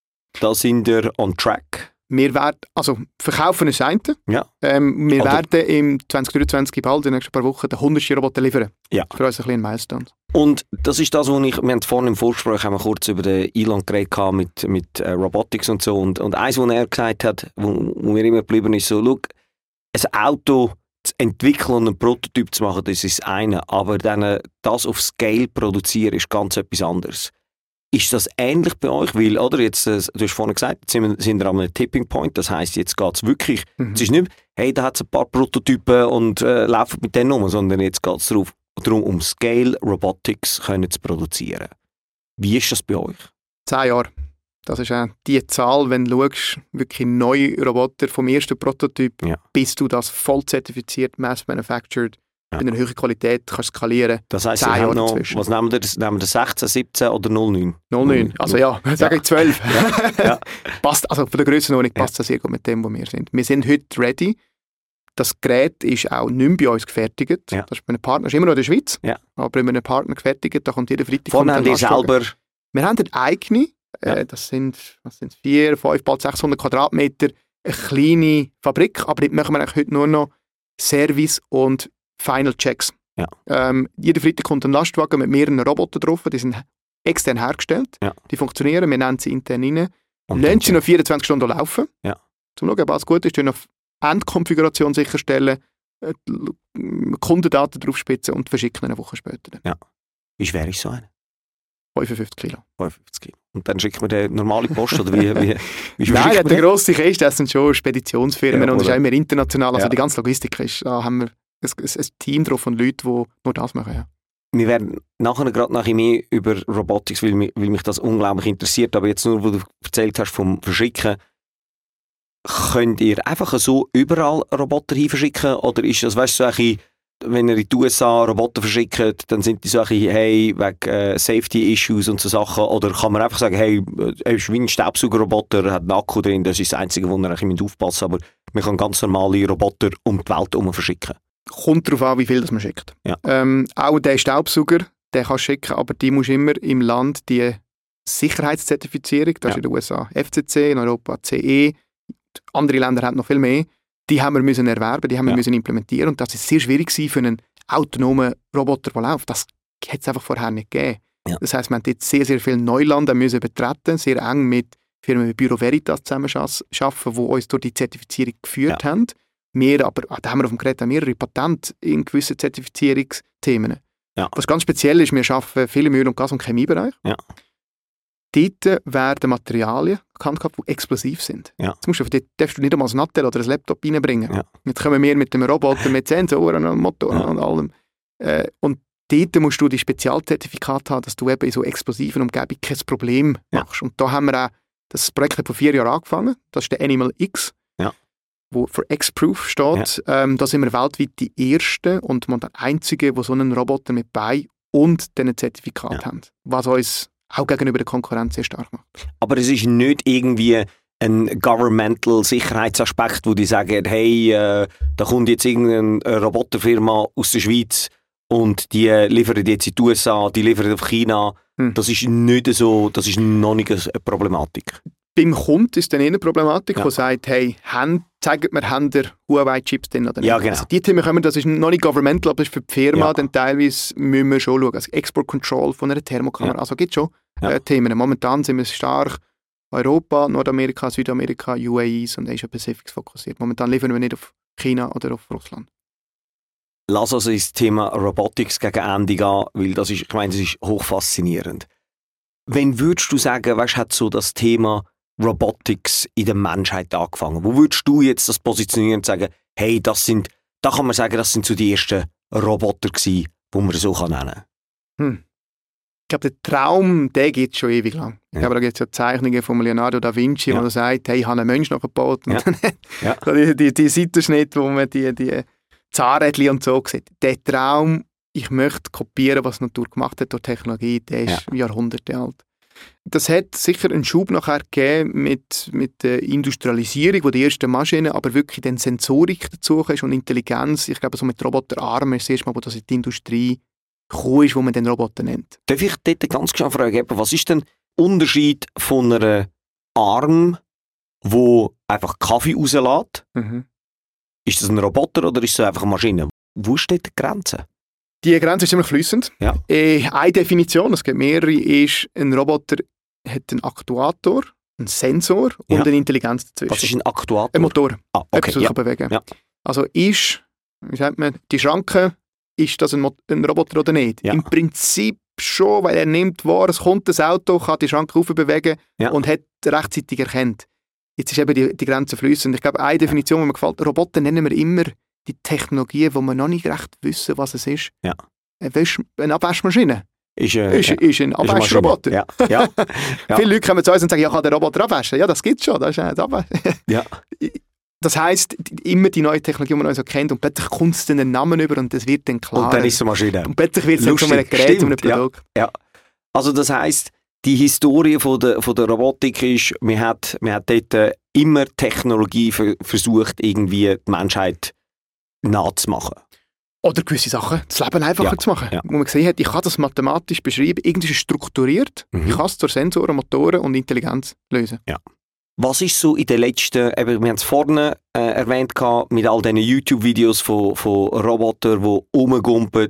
Da sind wir on track. Wir werden, also verkaufen ist das eine. Ja. Ähm, wir Oder werden im zwanzig dreiundzwanzig bald, in den nächsten paar Wochen, den hundertsten Roboter liefern. Ja. Für uns ein kleiner Milestone. Und das ist das, was ich, wir haben vorhin im Vorgespräch haben wir kurz über den Elon geredet mit, mit äh, Robotics und so. Und, und eins, was er gesagt hat, wo, wo mir immer geblieben ist, so, schau, ein Auto zu entwickeln und einen Prototyp zu machen, das ist das eine. Aber dann das auf Scale produzieren, ist ganz etwas anderes. Ist das ähnlich bei euch? Weil, oder, jetzt, äh, du hast vorhin gesagt, jetzt sind wir, sind wir an einem Tipping Point, das heisst, jetzt geht es wirklich, mhm. es ist nicht, hey, da hat es ein paar Prototypen und äh, laufen mit denen um, sondern jetzt geht es darum, um Scale Robotics können zu produzieren. Wie ist das bei euch? Zehn Jahre. Das ist auch die Zahl, wenn du schaust, wirklich neue Roboter vom ersten Prototyp, ja. bis du das voll zertifiziert, mass manufactured, ja. mit einer höheren Qualität kannst skalieren. Das heisst, ihr habt noch, was nehmen wir, nehmen wir sechzehn, siebzehn oder null neun? null neun, also ja, sage ich zwölf. Ja. Ja. Passt, also von der Grössenordnung passt das sehr gut mit dem, wo wir sind. Wir sind heute ready. Das Gerät ist auch nicht mehr bei uns gefertigt. Ja. Das ist bei einem Partner, ist immer noch in der Schweiz, ja. aber bei einem Partner gefertigt, da kommt jeder Freitag. Vorne haben die selber? Wir haben eine eigene, ja. äh, das sind, was sind vier, fünf, bald sechshundert Quadratmeter, eine kleine Fabrik, aber dort machen wir eigentlich heute nur noch Service und Final Checks. Ja. Ähm, jeder Freitag kommt ein Lastwagen mit mehreren Robotern drauf, die sind extern hergestellt, ja. die funktionieren, wir nennen sie intern rein, lassen sie noch vierundzwanzig Stunden laufen, ja. zum schauen, ob alles gut ist, auf Endkonfiguration sicherstellen, äh, Kundendaten draufspitzen und verschicken eine Woche später. Ja. Wie schwer ist so eine? fünfundfünfzig Kilo. fünfundfünfzig Kilo. Und dann schickt man den normale Post oder wie, wie, wie Nein, der grosse Kiste, das sind schon Speditionsfirmen ja, und es ist auch immer international, also ja. die ganze Logistik ist, da haben wir ein, ein Team drauf von Leuten, die nur das machen. Ja. Wir werden nachher gerade nachher mehr über Robotics, weil mich, weil mich das unglaublich interessiert, aber jetzt nur, wo du erzählt hast vom Verschicken, könnt ihr einfach so überall Roboter hin verschicken oder ist das, weißt du, so wenn ihr in die U S A Roboter verschickt, dann sind die so hey, wegen äh, Safety-Issues und so Sachen, oder kann man einfach sagen, hey, er ist wie ein Staubsaugerroboter, hat einen Akku drin, das ist das Einzige, wo ihr aufpassen müsst, aber man kann ganz normale Roboter um die Welt herum verschicken. Kommt darauf an, wie viel das man schickt. Ja. Ähm, auch der Staubsauger, den kannst du schicken, aber die musst immer im Land die Sicherheitszertifizierung, das ja. ist in den U S A F C C, in Europa C E, andere Länder haben noch viel mehr, die haben wir müssen erwerben, die haben wir ja. müssen implementieren und das ist sehr schwierig für einen autonomen Roboter, der läuft. Das hätte es einfach vorher nicht gegeben. Ja. Das heisst, wir haben jetzt sehr, sehr viel Neuland müssen betreten, sehr eng mit Firmen wie Bureau Veritas zusammenarbeiten, die uns durch die Zertifizierung geführt ja. haben. Wir, aber da haben wir auf dem Gerät mehrere Patente in gewissen Zertifizierungsthemen. Ja. Was ganz speziell ist, wir arbeiten viel im Öl- und Gas- und Chemiebereich. Ja. Dort werden Materialien gehandhabt, die explosiv sind. Ja. Jetzt musst du, dort darfst du nicht einmal ein Nattel oder ein Laptop reinbringen. Ja. Jetzt kommen wir mit dem Roboter, mit Sensoren und Motoren ja. und allem. Äh, und dort musst du die Spezialzertifikate haben, dass du eben in so explosiven Umgebungen kein Problem ja. machst. Und da haben wir auch, das Projekt hat vor vier Jahren angefangen, das ist der Animal X, ja. wo für X-Proof steht. Ja. Ähm, da sind wir weltweit die Ersten und die Einzigen, die so einen Roboter mit bei und diesen Zertifikat ja. haben. Was uns auch gegenüber der Konkurrenz sehr stark macht. Aber es ist nicht irgendwie ein governmental Sicherheitsaspekt, wo die sagen, hey, äh, da kommt jetzt irgendeine Roboterfirma aus der Schweiz und die liefern jetzt in die U S A, die liefern auf China. Hm. Das ist nicht so, das ist noch nicht eine Problematik. Beim Kunden ist dann eher eine Problematik, ja. die sagt, hey, haben, zeigt mir, haben der Huawei-Chips drin oder nicht? Ja, genau. Also die Themen kommen, das ist noch nicht governmental, aber das ist für die Firma, ja. dann teilweise müssen wir schon schauen. Also Export Control von einer Thermokamera, ja. also gibt es schon ja. äh, Themen. Momentan sind wir stark Europa, Nordamerika, Südamerika, U A Es und Asia Pacific fokussiert. Momentan liefern wir nicht auf China oder auf Russland. Lass uns das Thema Robotics gegen Ende gehen, weil das ist, ich meine, das ist hochfaszinierend. wenn würdest du sagen, weißt, hat so das Thema Robotics in der Menschheit angefangen? Wo würdest du jetzt das positionieren und sagen, hey, das sind, da kann man sagen, das sind so die ersten Roboter gewesen, die man so kann nennen kann? Hm. Ich glaube, der Traum, der geht schon ewig lang. Ja. Ich glaube, da gibt es ja Zeichnungen von Leonardo da Vinci, ja. wo er sagt, hey, ich habe einen Menschen nachgebaut. Ja. ja. die, die, die Seitenschnitte, wo man die, die Zahnrädchen und so sieht. Der Traum, ich möchte kopieren, was die Natur gemacht hat durch Technologie, der ist ja. Jahrhunderte alt. Das hat sicher einen Schub nachher gegeben mit, mit der Industrialisierung, wo die ersten Maschinen, aber wirklich dann Sensorik dazu ist und Intelligenz. Ich glaube, so mit Roboterarmen ist das erste Mal, wo das in die Industrie gekommen ist, wo man den Roboter nennt. Darf ich dort ganz genau fragen, was ist denn der Unterschied von einer Arm, wo einfach Kaffee rauslässt? Mhm. Ist das ein Roboter oder ist es einfach eine Maschine? Wo steht die Grenze? Die Grenze ist ziemlich fließend. Ja. Äh, eine Definition, es gibt mehrere, ist, ein Roboter hat einen Aktuator, einen Sensor und ja. eine Intelligenz dazwischen. Was ist ein Aktuator? Ein Motor. Ah, okay. Etwas, was ja. kann bewegen. Ja. Also ist, wie sagt man, die Schranke, ist das ein, Mo- ein Roboter oder nicht? Ja. Im Prinzip schon, weil er nimmt wahr, es kommt das Auto, kann die Schranke raufbewegen ja. und hat rechtzeitig erkannt. Jetzt ist eben die, die Grenze fließend. Ich glaube, eine Definition, die mir gefällt, Roboter nennen wir immer die Technologie, wo wir noch nicht recht wissen, was es ist. Ja. Eine, Wäsch- eine Abwaschmaschine. Ist, äh, ist, ist ein Abwaschroboter. Ja. Ja. Ja. Viele Leute kommen zu uns und sagen, ja, kann der Roboter abwaschen? Ja, das gibt es schon. Das ist ein Abwasch. Ja. Das heisst, immer die neue Technologie, die man so kennt, und plötzlich kommt es dann einen Namen über und das wird dann klar. Und dann ist es eine Maschine. Und plötzlich wird es dann zu einem Gerät, zu einem Produkt. Ja. Ja. Also das heisst, die Historie von der, von der Robotik ist, man hat, man hat dort äh, immer Technologie für, versucht, irgendwie die Menschheit nachzumachen. Oder gewisse Sachen, das Leben einfacher ja. zu machen. Ja. Wo man gesehen hat, ich kann das mathematisch beschreiben, irgendwie ist es strukturiert, mhm. ich kann es durch Sensoren, Motoren und Intelligenz lösen. Ja. Was ist so in den letzten, eben, wir haben es vorne äh, erwähnt, mit all diesen YouTube-Videos von, von Robotern, die rumgumpen.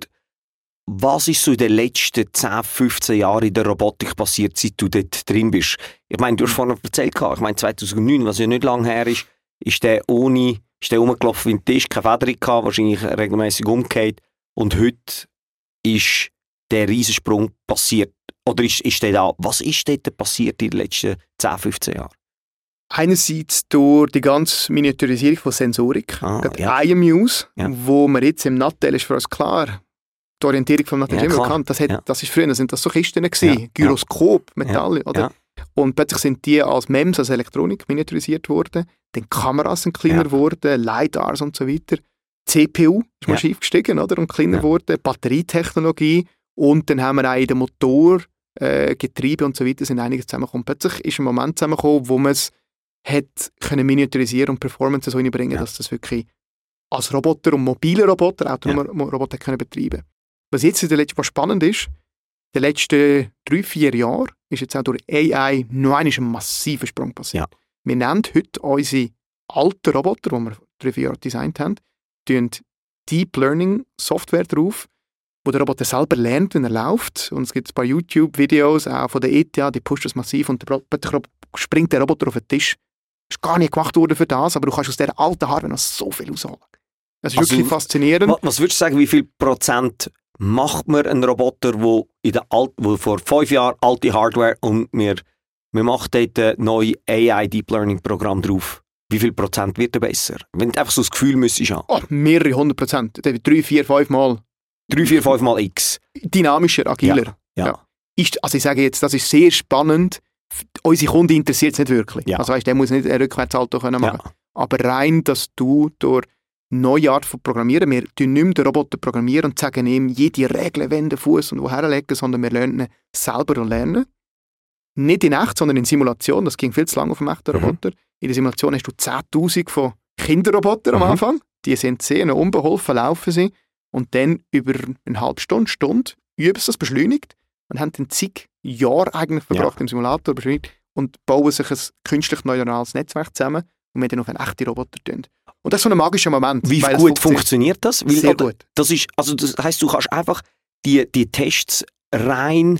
Was ist so in den letzten zehn, fünfzehn Jahren in der Robotik passiert, seit du dort drin bist? Ich meine, du hast vorhin erzählt, ich meine zweitausendneun, was ja nicht lange her ist, ist der ohne, ist der rumgelaufen wie ein Tisch, keine Federung gehabt, wahrscheinlich regelmäßig umgekehrt. Und heute ist der Riesensprung passiert. Oder ist, ist der da? Was ist dort passiert in den letzten zehn, fünfzehn Jahren? Einerseits durch die ganze Miniaturisierung von Sensorik, ah, ja. I M Us, ja. wo man jetzt im Nattel ist für uns klar, die Orientierung vom Nattel ja, ist immer bekannt. Das, hat, ja. das ist früher, sind das so Kisten gewesen, ja. Gyroskop, Metall, ja. oder? Ja. Und plötzlich sind die als M E M S, als Elektronik, miniaturisiert worden, dann Kameras sind kleiner geworden, ja. LiDARs und so weiter. C P U ist mal ja. schief gestiegen, oder? Und kleiner geworden, ja. Batterietechnologie und dann haben wir auch in den Motor, äh, Getriebe und so weiter sind einiges zusammengekommen. Plötzlich ist ein Moment zusammengekommen, wo man es hat können miniaturisieren und Performance so hinbringen, ja. dass das wirklich als Roboter und mobile Roboter, autonome ja. Roboter können betreiben. Was jetzt in der letzten, was spannend ist, in den letzten drei, vier Jahren ist jetzt auch durch A I noch ein massiver Sprung passiert. Ja. Wir nennen heute unsere alten Roboter, die wir drei, vier Jahre designt haben, Deep Learning Software drauf, wo der Roboter selber lernt, wenn er läuft. Und es gibt ein paar YouTube-Videos auch von der E T H, die pusht das massiv und der Roboter, springt der Roboter auf den Tisch. Das ist gar nicht gemacht worden für das, aber du kannst aus dieser alten Hardware noch so viel rausholen. Das ist also, wirklich faszinierend. Was, was würdest du sagen, wie viel Prozent macht man einen Roboter, wo in der Alt, wo vor fünf Jahren alte Hardware und wir, wir machen dort ein neues A I Deep Learning Programm drauf? Wie viel Prozent wird er besser? Wenn du einfach so das Gefühl müsstest haben. Oh, mehrere hundert Prozent. Drei, vier, fünf Mal. Drei, vier, fünf Mal X. Dynamischer, agiler. Ja. Ja. Ist, also ich sage jetzt, das ist sehr spannend. Unsere Kunden interessiert es nicht wirklich. Ja. Also weißt, der muss nicht ein Rückwärtssalto machen können. Ja. Aber rein, dass du durch neue Art von Programmieren, wir tun nicht mehr den Roboter programmieren und sagen ihm jede Regel, wenn den Fuß und woher legen, sondern wir lernen ihn selber lernen. Nicht in echt, sondern in Simulation. Das ging viel zu lange auf dem echten mhm. Roboter. In der Simulation hast du zehntausend von Kinderrobotern mhm. am Anfang. Die sind sehr unbeholfen, laufen sie. Und dann über eine halbe Stunde, Stunde üben sie das beschleunigt und haben dann zig Jahre eigentlich verbracht ja. im Simulator beschleunigt und bauen sich ein künstlich neuronales Netzwerk zusammen und wir dann auf einen echten Roboter tun. Und das ist so ein magischer Moment. Wie gut funktioniert das? Weil, sehr gut. Das ist, also das heisst, du kannst einfach die, die Tests rein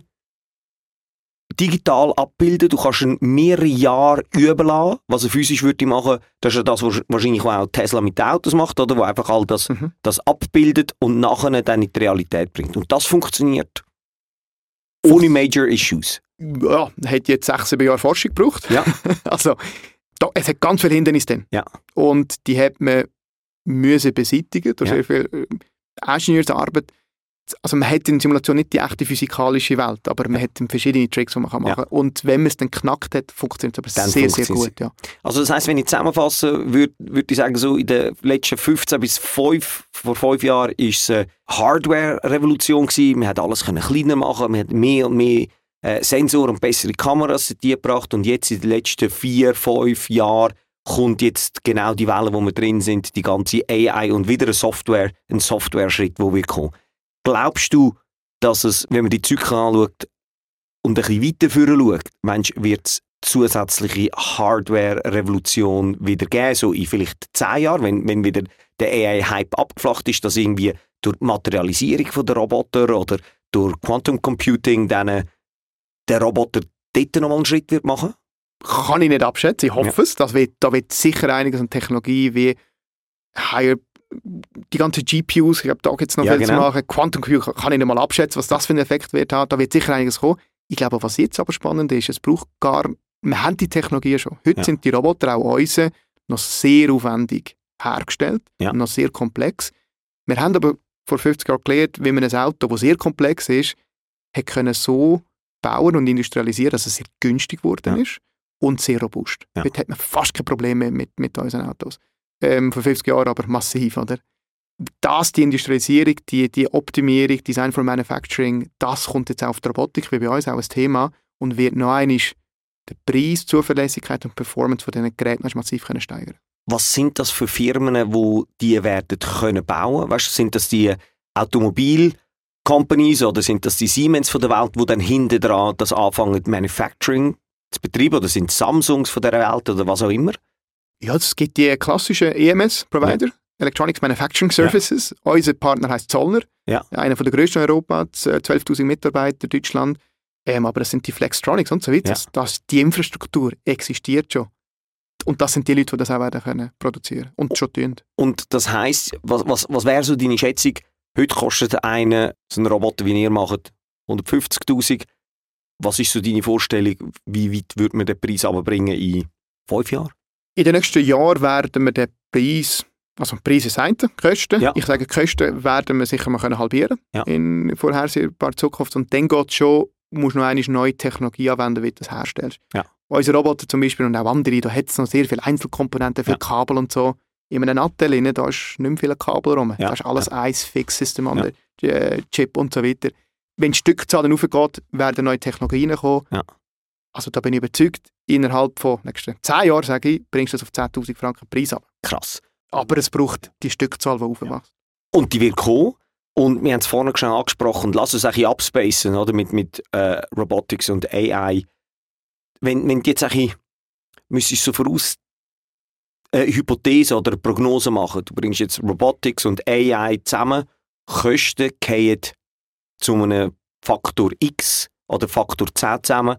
digital abbilden. Du kannst ihn mehrere Jahre üben lassen, was er physisch würde machen. Das ist ja das, was wahrscheinlich auch Tesla mit den Autos macht, oder? Wo einfach all das, mhm. das abbildet und nachher dann in die Realität bringt. Und das funktioniert. Ohne Major Issues. Ja, hat jetzt sechs, sieben Jahre Forschung gebraucht. Ja. Also, da, es hat ganz viele Hindernisse drin. Ja. Und die hat man müssen beseitigen durch Ja. sehr viel äh, Ingenieursarbeit. Also man hat in der Simulation nicht die echte physikalische Welt, aber man hat verschiedene Tricks, die man machen kann. Ja. Und wenn man es dann knackt hat, funktioniert es aber Dann sehr, sehr funktioniert gut. Ja. Also das heisst, wenn ich zusammenfasse, würde würd ich sagen, so in den letzten fünfzehn bis fünf, vor fünf Jahren war es eine Hardware-Revolution gewesen. Man hat alles können kleiner machen, man hat mehr und mehr äh, Sensoren und bessere Kameras in die gebracht und jetzt in den letzten vier, fünf Jahren kommt jetzt genau die Welle, wo wir drin sind, die ganze A I und wieder eine Software, ein Software-Schritt, wo wir kommen. Glaubst du, dass es, wenn man die Zyklen anschaut und ein bisschen weiter vorne schaut, meinst, wird es zusätzliche Hardware-Revolution wieder geben, so in vielleicht zehn Jahren, wenn, wenn wieder der A I-Hype abgeflacht ist, dass irgendwie durch die Materialisierung der Roboter oder durch Quantum Computing dann der Roboter dort nochmal einen Schritt wird machen? Kann ich nicht abschätzen, ich hoffe Ja. es. Das wird, da wird sicher einiges an Technologie wie higher, die ganzen G P Us, ich glaube, da gibt es noch Ja, viel zu genau. machen. Quantum Computing kann ich nicht mal abschätzen, was das für einen Effekt wird haben. Da wird sicher einiges kommen. Ich glaube, was jetzt aber spannend ist, es braucht gar, wir haben die Technologien schon. Heute Ja. sind die Roboter, auch unsere, noch sehr aufwendig hergestellt, Ja. noch sehr komplex. Wir haben aber vor fünfzig Jahren gelernt, wie man ein Auto, das sehr komplex ist, hat können so bauen und industrialisieren, dass es sehr günstig geworden Ja. ist und sehr robust. Ja. Heute hat man fast keine Probleme mit, mit unseren Autos. Ähm, vor fünfzig Jahren aber massiv, oder? Das, die Industrialisierung, die, die Optimierung, Design for Manufacturing, das kommt jetzt auch auf die Robotik, wie bei uns auch ein Thema und wird noch einmal den Preis, Zuverlässigkeit und Performance von diesen Geräten noch massiv können steigern. Was sind das für Firmen, die die werden können bauen? Weißt du, sind das die Automobil-Companies oder sind das die Siemens von der Welt, die dann hinten dran das anfangen, Manufacturing zu betreiben? Oder sind es Samsungs von der Welt oder was auch immer? Ja, es gibt die klassischen E M S-Provider, ja. Electronics Manufacturing Services. Ja. Unser Partner heisst Zollner, ja. einer der grössten in Europa, zwölftausend Mitarbeiter in Deutschland. Ähm, aber das sind die Flextronics und so weiter. Ja. Das, das, die Infrastruktur existiert schon. Und das sind die Leute, die das auch werden können produzieren und schon tun. Und das heisst, was, was, was wäre so deine Schätzung? Heute kostet einer, so ein Roboter, wie ihr macht, hundertfünfzigtausend. Was ist so deine Vorstellung, wie weit würde man den Preis runterbringen in fünf Jahren? In den nächsten Jahren werden wir den Preis, also der Preis ist das eine, die Kosten. Ja. Ich sage, die Kosten werden wir sicher mal können halbieren ja. in vorhersehbarer Zukunft. Und dann geht es schon, musst du noch eine neue Technologie anwenden, wie du das herstellst. Ja. Unsere Roboter zum Beispiel und auch andere, da hat es noch sehr viele Einzelkomponenten, viele ja. Kabel und so. In einem Nattel, da ist nicht mehr viele Kabel rum. Ja. Da ist alles ja. ein Fix-System an ja. der Chip und so weiter. Wenn die Stückzahl dann hochgeht, werden neue Technologien kommen. Ja. Also da bin ich überzeugt, innerhalb von nächsten zehn Jahren, sage ich, bringst du das auf zehntausend Franken Preis ab. Krass. Aber es braucht die Stückzahl, die aufwächst. Ja. Und die wird kommen. Und wir haben es vorhin schon angesprochen, lass uns ein bisschen abspacen, oder? Mit, mit äh, Robotics und A I. Wenn, wenn du jetzt ein bisschen, müsstest du so voraus eine Hypothese oder eine Prognose machen, du bringst jetzt Robotics und A I zusammen, Kosten fallen zu einem Faktor X oder Faktor zehn zusammen.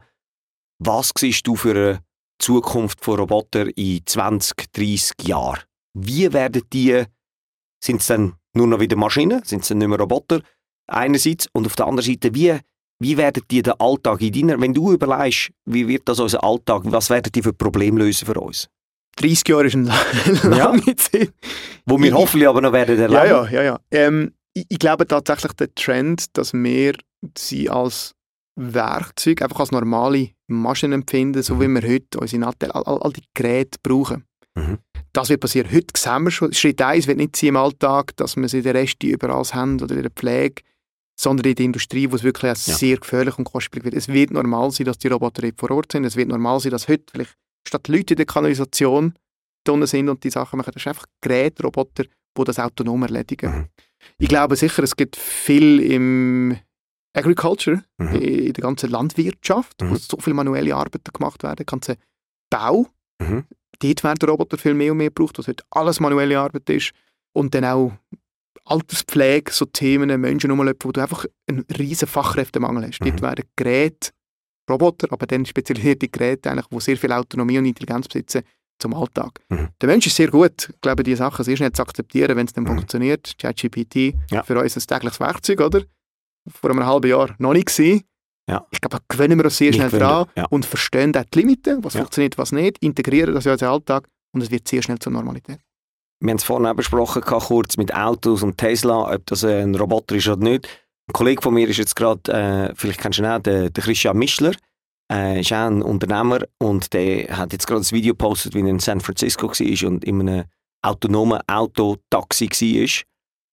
Was siehst du für eine Zukunft von Robotern in zwanzig, dreissig Jahren? Wie werden die, sind es dann nur noch wieder Maschinen, sind es dann nicht mehr Roboter einerseits und auf der anderen Seite, wie, wie werden die den Alltag in deiner, wenn du überlegst, wie wird das unser Alltag, was werden die für Probleme lösen für uns? dreißig Jahre ist eine lange ja. Zeit. Wo wir ich, hoffentlich aber noch werden erleben. Ja, ja, ja. ja. Ähm, ich, ich glaube tatsächlich der Trend, dass wir sie als Werkzeug, einfach als normale Maschinen empfinden, so mhm. wie wir heute unsere Nattel, all, all, all die Geräte brauchen. Mhm. Das wird passieren. Heute sehen wir schon, Schritt eins wird nicht sein im Alltag, dass wir sie den Rest überall haben oder in der Pflege, sondern in der Industrie, wo es wirklich ja. sehr gefährlich und kostspielig wird. Es wird normal sein, dass die Roboter vor Ort sind. Es wird normal sein, dass heute vielleicht statt Leute in der Kanalisation drin sind und die Sachen machen. Das ist einfach Geräte, Roboter, die das autonom erledigen. Mhm. Ich glaube sicher, es gibt viel im Agriculture, mhm. in der ganzen Landwirtschaft, mhm. wo so viele manuelle Arbeiten gemacht werden, der ganze Bau. Mhm. Dort werden Roboter viel mehr und mehr gebraucht, was heute alles manuelle Arbeit ist. Und dann auch Alterspflege, so Themen, Menschen rumlaufen, wo du einfach einen riesen Fachkräftemangel hast. Mhm. Dort werden Geräte, Roboter, aber dann spezialisierte Geräte, eigentlich, die sehr viel Autonomie und Intelligenz besitzen, zum Alltag. Mhm. Der Mensch ist sehr gut, ich glaube, diese Sachen sehr schnell zu akzeptieren, wenn es dann mhm. funktioniert. ChatGPT, ja. für uns ein tägliches Werkzeug, oder? Vor einem halben Jahr noch nicht gewesen. Ja. Ich glaube, da gewöhnen wir uns sehr schnell dran ja. und verstehen auch die Limiten, was ja. funktioniert, was nicht, integrieren das in unseren Alltag und es wird sehr schnell zur Normalität. Wir haben es vorhin besprochen, kurz mit Autos und Tesla, ob das ein Roboter ist oder nicht. Ein Kollege von mir ist jetzt gerade, äh, vielleicht kennst du ihn auch, der, der Christian Mischler, äh, ist auch ein Unternehmer und der hat jetzt gerade ein Video gepostet, wie er in San Francisco war und in einem autonomen Autotaxi war.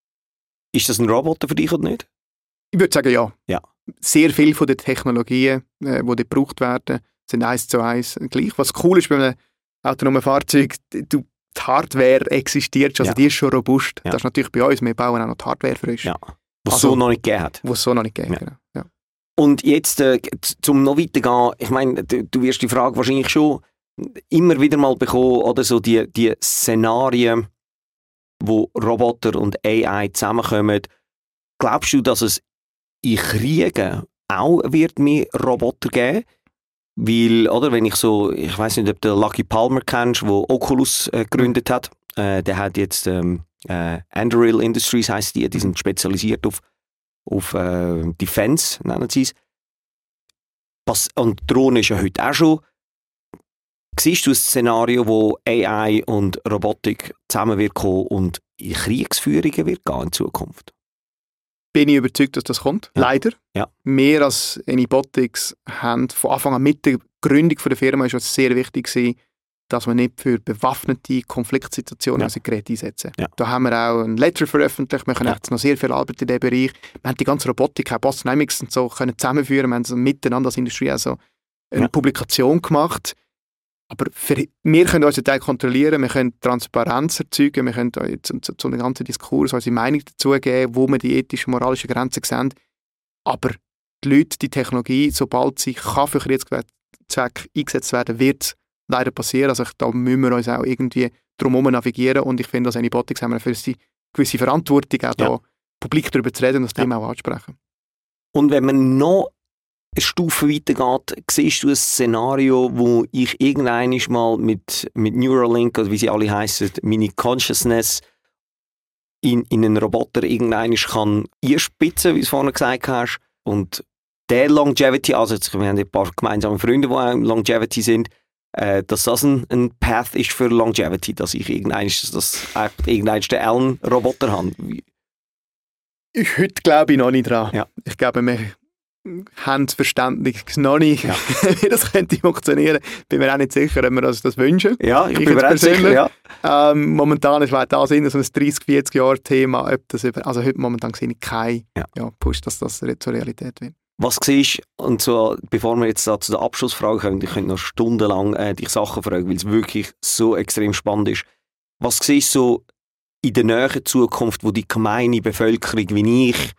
Ist das ein Roboter für dich oder nicht? Ich würde sagen, ja. ja. Sehr viele von den Technologien, äh, die dort gebraucht werden, sind eins zu eins gleich. Was cool ist bei einem autonomen Fahrzeug, du, die Hardware existiert schon, also ja. die ist schon robust. Ja. Das ist natürlich bei uns, wir bauen auch noch die Hardware frisch. Ja. Was es also, so noch nicht gegeben hat. Was es so noch nicht gegeben hat, ja. genau. Ja. Und jetzt, äh, zum noch weitergehen, ich meine, du, du wirst die Frage wahrscheinlich schon immer wieder mal bekommen, oder so die, die Szenarien, wo Roboter und A I zusammenkommen. Glaubst du, dass es in Kriegen auch wird mehr Roboter geben? Weil, oder, wenn ich so, ich weiß nicht, ob du Lucky Palmer kennst, der Oculus äh, gegründet hat. Äh, der hat jetzt ähm, äh, Anduril Industries, heisst die, die sind spezialisiert auf, auf äh, Defense, nennen sie es. Was, und Drohne ist ja heute auch schon. Siehst du ein Szenario, wo A I und Robotik zusammen wird kommen und in Kriegsführungen wird gehen in Zukunft? Bin ich überzeugt, dass das kommt. Ja. Leider. Ja. Wir als Anybotics haben von Anfang an mit der Gründung der Firma ist es sehr wichtig gewesen, dass wir nicht für bewaffnete Konfliktsituationen ja. unsere Geräte einsetzen. Ja. Da haben wir auch ein Letter veröffentlicht. Wir können ja. jetzt noch sehr viel Arbeit in diesem Bereich. Wir haben die ganze Robotik, auch Boston Dynamics und so, können zusammenführen. Wir haben so miteinander als Industrie also eine ja. Publikation gemacht. Aber für, wir können unseren Teil kontrollieren, wir können Transparenz erzeugen, wir können zu, zu, zu einem ganzen Diskurs unsere Meinung dazu geben, wo wir die ethischen, moralischen Grenzen sehen. Aber die Leute, die Technologie, sobald sie kann für Kriegszweck eingesetzt werden, wird es leider passieren. Also da müssen wir uns auch irgendwie drumherum navigieren und ich finde, als Anybotics haben wir für eine gewisse Verantwortung, auch da ja. publik darüber zu reden und das ja. Thema auch anzusprechen. Und wenn man noch eine Stufe weitergeht, siehst du ein Szenario, wo ich irgendwann mal mit, mit Neuralink, oder wie sie alle heissen, meine Consciousness in, in einen Roboter irgendwann kann einspitzen, wie du es vorhin gesagt hast, und der Longevity, also jetzt, wir haben ein paar gemeinsame Freunde, die auch im Longevity sind, äh, dass das ein, ein Path ist für Longevity, dass ich irgendwann, dass irgendwann den Alan-Roboter habe. Ich, heute glaube ich noch nicht dran. Ja. Ich glaube, wir haben das Verständnis noch nicht, ja. wie das könnte funktionieren. Bin mir auch nicht sicher, ob wir uns das wünschen. Ja, ich, ich bin mir auch sicher, ja. Ähm, momentan ist da so ein dreißig, vierzig Jahre Thema, ob das über, also heute momentan sehe ich keinen ja. ja, Push, dass das zur Realität wird. Was siehst und so, bevor wir jetzt da zu der Abschlussfrage kommen, ich könnte noch stundenlang äh, dich Sachen fragen, weil es wirklich so extrem spannend ist. Was siehst du so in der näheren Zukunft, wo die gemeine Bevölkerung wie ich,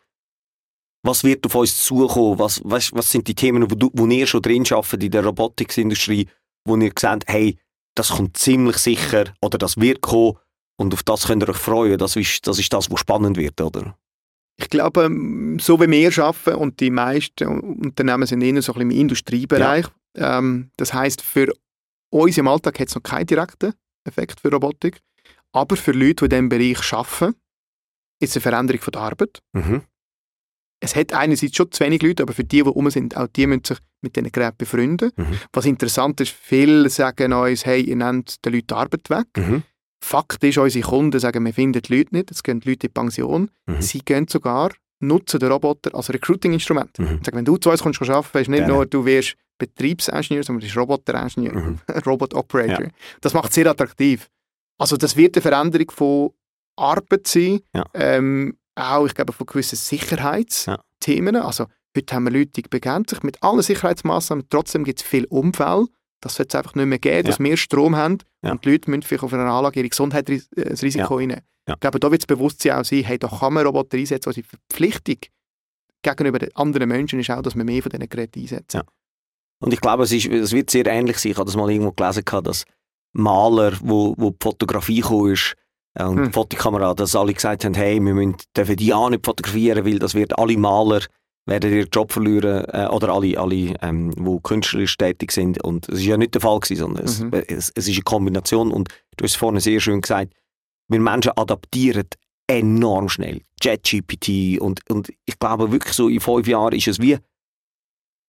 was wird auf uns zukommen? Was, was, was sind die Themen, wo, du, wo ihr schon drin arbeitet in der Robotics-Industrie, wo ihr seht, hey, das kommt ziemlich sicher oder das wird kommen und auf das könnt ihr euch freuen. Das ist das, ist das was spannend wird, oder? Ich glaube, so wie wir arbeiten und die meisten Unternehmen sind eher so ein bisschen im Industriebereich. Ja. Ähm, das heisst, für uns im Alltag hat es noch keinen direkten Effekt für Robotik. Aber für Leute, die in diesem Bereich arbeiten, ist es eine Veränderung von der Arbeit. Mhm. Es hat einerseits schon zu wenig Leute, aber für die, die rum sind, auch die müssen sich mit diesen Geräten befreunden. Mhm. Was interessant ist, viele sagen uns, hey, ihr nehmt den Leuten die Arbeit weg. Mhm. Fakt ist, unsere Kunden sagen, wir finden die Leute nicht, es gehen die Leute in die Pension. Mhm. Sie gehen sogar, nutzen den Roboter als Recruiting-Instrument. Mhm. Sagen, wenn du zu uns kommst, arbeiten, ist nicht Gerne. nur, du wirst Betriebsingenieur, sondern du bist Roboter-Ingenieur, mhm. Robot-Operator. Ja. Das macht es sehr attraktiv. Also das wird eine Veränderung von Arbeit sein, ja. ähm, auch, ich glaube, von gewissen Sicherheitsthemen. Ja. Also heute haben wir Leute, die begegnen sich mit allen Sicherheitsmaßnahmen, trotzdem gibt es viele Unfälle. Das sollte es einfach nicht mehr geben, dass ja. wir Strom haben ja. und die Leute müssen vielleicht auf einer Anlage ihre Gesundheit äh, das Risiko ja. reinnehmen. Ja. Ich glaube, da wird das Bewusstsein auch sein, hey, da kann man Roboter einsetzen, unsere Verpflichtung gegenüber den anderen Menschen ist auch, dass wir mehr von diesen Geräten einsetzen. Ja. Und ich glaube, es, ist, es wird sehr ähnlich sein. Ich habe das mal irgendwo gelesen, dass Maler, wo, wo die Fotografie gekommen ist, und hm. die Fotokamera, dass alle gesagt haben, hey, wir müssen, dürfen die auch nicht fotografieren, weil das wird alle Maler werden ihren Job verlieren, äh, oder alle, alle ähm, die künstlerisch tätig sind. Und es war ja nicht der Fall gewesen, sondern es, mhm. es, es ist eine Kombination. Und du hast vorhin sehr schön gesagt, wir Menschen adaptieren enorm schnell. ChatGPT und, und ich glaube wirklich so in fünf Jahren ist es wie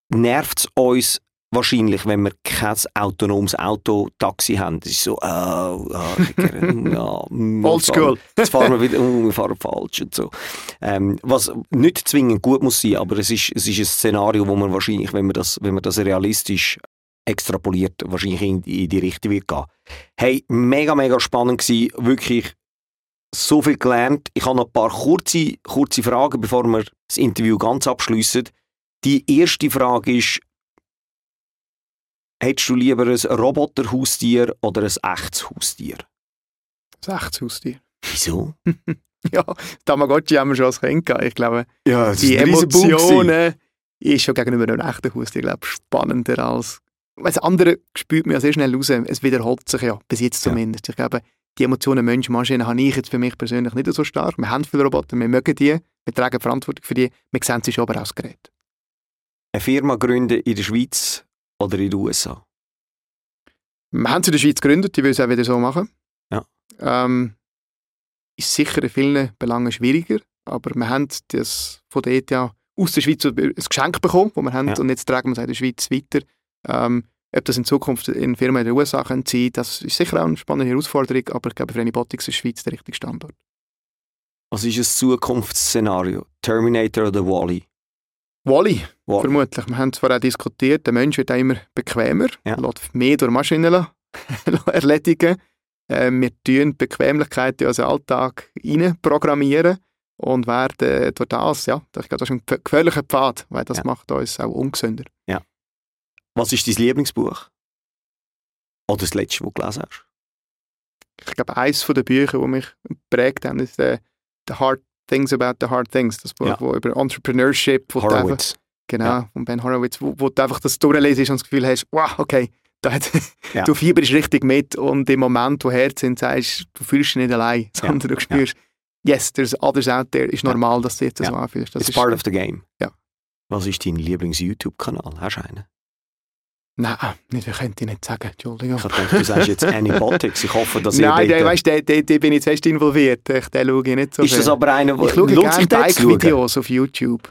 nervt es uns wahrscheinlich, wenn wir kein autonomes Auto-Taxi haben. Das ist so, oh, oh, ja, Oldschool. Jetzt fahren wir wieder, oh, wir fahren falsch und so. Ähm, was nicht zwingend gut muss sein, aber es ist, es ist ein Szenario, wo man wahrscheinlich, wenn man das, wenn man das realistisch extrapoliert, wahrscheinlich in, in die Richtung wird gehen. Hey, mega, mega spannend gewesen, wirklich so viel gelernt. Ich habe noch ein paar kurze, kurze Fragen, bevor wir das Interview ganz abschliessen. Die erste Frage ist, hättest du lieber ein Roboter-Haustier oder ein echtes Haustier? Ein echtes Haustier. Wieso? Ja, Tamagotchi haben wir schon als Kind gehabt. Ich glaube, ja, die Emotionen ist schon gegenüber einem echten Haustier, glaube ich, spannender als... Das andere spürt man ja sehr schnell raus. Es wiederholt sich ja, bis jetzt zumindest. Ja. Ich glaube, die Emotionen Mensch-Maschine habe ich jetzt für mich persönlich nicht so stark. Wir haben viele Roboter, wir mögen die, wir tragen Verantwortung für die, wir sehen sie schon aber als Gerät. Eine Firma gründen in der Schweiz oder in den U S A? Wir haben sie in der Schweiz gegründet, die will es auch wieder so machen. Ja. Ähm, ist sicher in vielen Belangen schwieriger, aber wir haben das von der E T H aus der Schweiz ein Geschenk bekommen, das wir haben, ja. Und jetzt tragen wir es in der Schweiz weiter. Ähm, ob das in Zukunft in Firmen in den U S A sein können, das ist sicher auch eine spannende Herausforderung, aber ich glaube, für Anybotics ist die Schweiz der richtige Standort. Was ist ein Zukunftsszenario? Terminator oder Wall-E? Wall-E, Wall-E, vermutlich. Wir haben es vorher diskutiert, der Mensch wird auch immer bequemer, ja. Lässt mehr durch Maschinen erledigen. Äh, wir tun die Bequemlichkeit in unseren Alltag rein programmieren und werden durch das, ja, ich glaube, das ist ein gefährlicher Pfad, weil das ja. macht uns auch ungesünder. Ja. Was ist dein Lieblingsbuch? Oder das letzte, das du gelesen hast? Ich glaube, eines der Bücher, die mich geprägt haben, ist äh, The Hard Things About the Hard Things. Das Buch, ja. wo über Entrepreneurship, wo Horowitz. Einfach, genau, ja. von Ben Horowitz, wo, wo du einfach das durchlesest und das Gefühl hast, wow, okay, da hat, ja. du fieberst richtig mit und im Moment, wo Herz sind, sagst du, fühlst dich nicht allein, sondern ja. du spürst, ja. yes, there's others out there, ist normal, ja. dass du jetzt ja. so anfühlst. Das It's ist part of the game. Ja. Was ist dein Lieblings-YouTube-Kanal? Hast du einen? Nein, nicht, ich könnte ich nicht sagen, Entschuldigung. Ich dachte, du sagst jetzt Anybotics. Ich hoffe, dass ihr Nein, der, weißt, der, der, der bin ich fest involviert. Den schaue ich nicht so Ist viel. Das aber einer, wo... Ich schaue gerne Bike-Videos auf YouTube.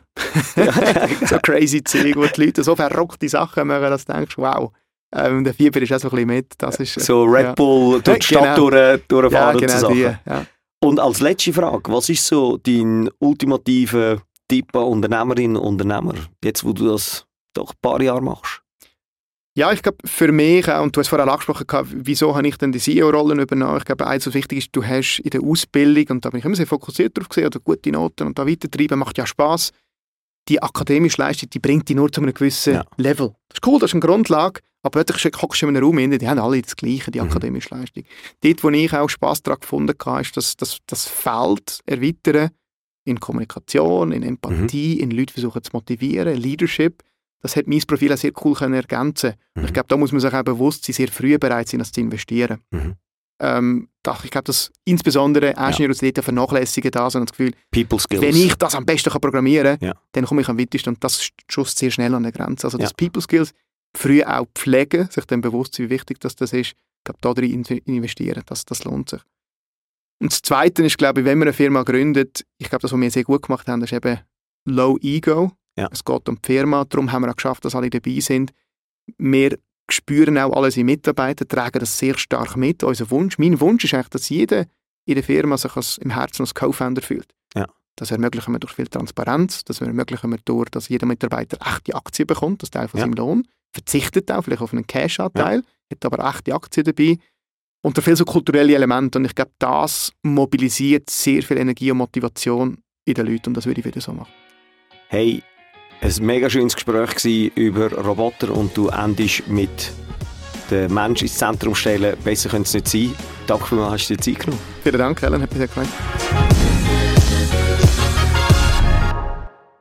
So crazy Zeug, wo die Leute so verrückte Sachen machen, dass du denkst, wow. Ähm, der Fieber ist auch so ein bisschen mit. Das ist, so Red Bull ja. durch die Stadt genau. durch, durchfahren ja, genau und so Sachen. Die, ja. Und als letzte Frage, was ist so dein ultimativer Tipp an Unternehmerinnen und Unternehmer, jetzt wo du das doch ein paar Jahre machst? Ja, ich glaube, für mich, und du hast vorher angesprochen, wieso habe ich denn die C E O-Rollen übernommen? Ich glaube, eins, was wichtig ist, du hast in der Ausbildung, und da bin ich immer sehr fokussiert drauf gesehen, oder gute Noten und da weitertreiben, macht ja Spass. Die akademische Leistung, die bringt dich nur zu einem gewissen ja. Level. Das ist cool, das ist eine Grundlage, aber plötzlich hockst du in einem Raum hin, die haben alle das Gleiche, die mhm. akademische Leistung. Dort, wo ich auch Spass daran gefunden habe, ist, dass das, das Feld erweitern in Kommunikation, in Empathie, mhm. in Leute versuchen zu motivieren, Leadership. Das hat mein Profil auch sehr cool können ergänzen. Mhm. Ich glaube, da muss man sich auch bewusst sein, sehr früh bereit sein, das zu investieren. Mhm. Ähm, da, ich glaube, dass insbesondere Ingenieure ja. dort vernachlässigen da sind und das Gefühl, People Skills. Wenn ich das am besten kann programmieren kann, ja. dann komme ich am weitesten und das schuss sehr schnell an der Grenze. Also das ja. People Skills früh auch pflegen, sich dann bewusst sein, wie wichtig das, das ist. Ich glaube, da drin investieren, das, das lohnt sich. Und das Zweite ist, glaube ich, wenn man eine Firma gründet, ich glaube, das, was wir sehr gut gemacht haben, ist eben Low Ego. Ja. Es geht um die Firma, darum haben wir auch geschafft, dass alle dabei sind. Wir spüren auch alle unsere Mitarbeiter, tragen das sehr stark mit. Unser Wunsch, mein Wunsch ist eigentlich, dass jeder in der Firma sich als, im Herzen als Co-Founder fühlt. Ja. Das ermöglichen wir durch viel Transparenz, das ermöglichen wir durch, dass jeder Mitarbeiter echte Aktien bekommt, das Teil von ja. seinem Lohn, verzichtet auch vielleicht auf einen Cash-Anteil, ja. hat aber echte Aktien dabei. Und durch viel so kulturelle Elemente. Und ich glaube, das mobilisiert sehr viel Energie und Motivation in den Leuten und das würde ich wieder so machen. Hey, ein mega schönes Gespräch über Roboter und du endest mit den Menschen ins Zentrum stellen. Besser könnte es nicht sein. Danke vielmals, hast du dir Zeit genommen. Vielen Dank, Helen, hat mich sehr gefallen.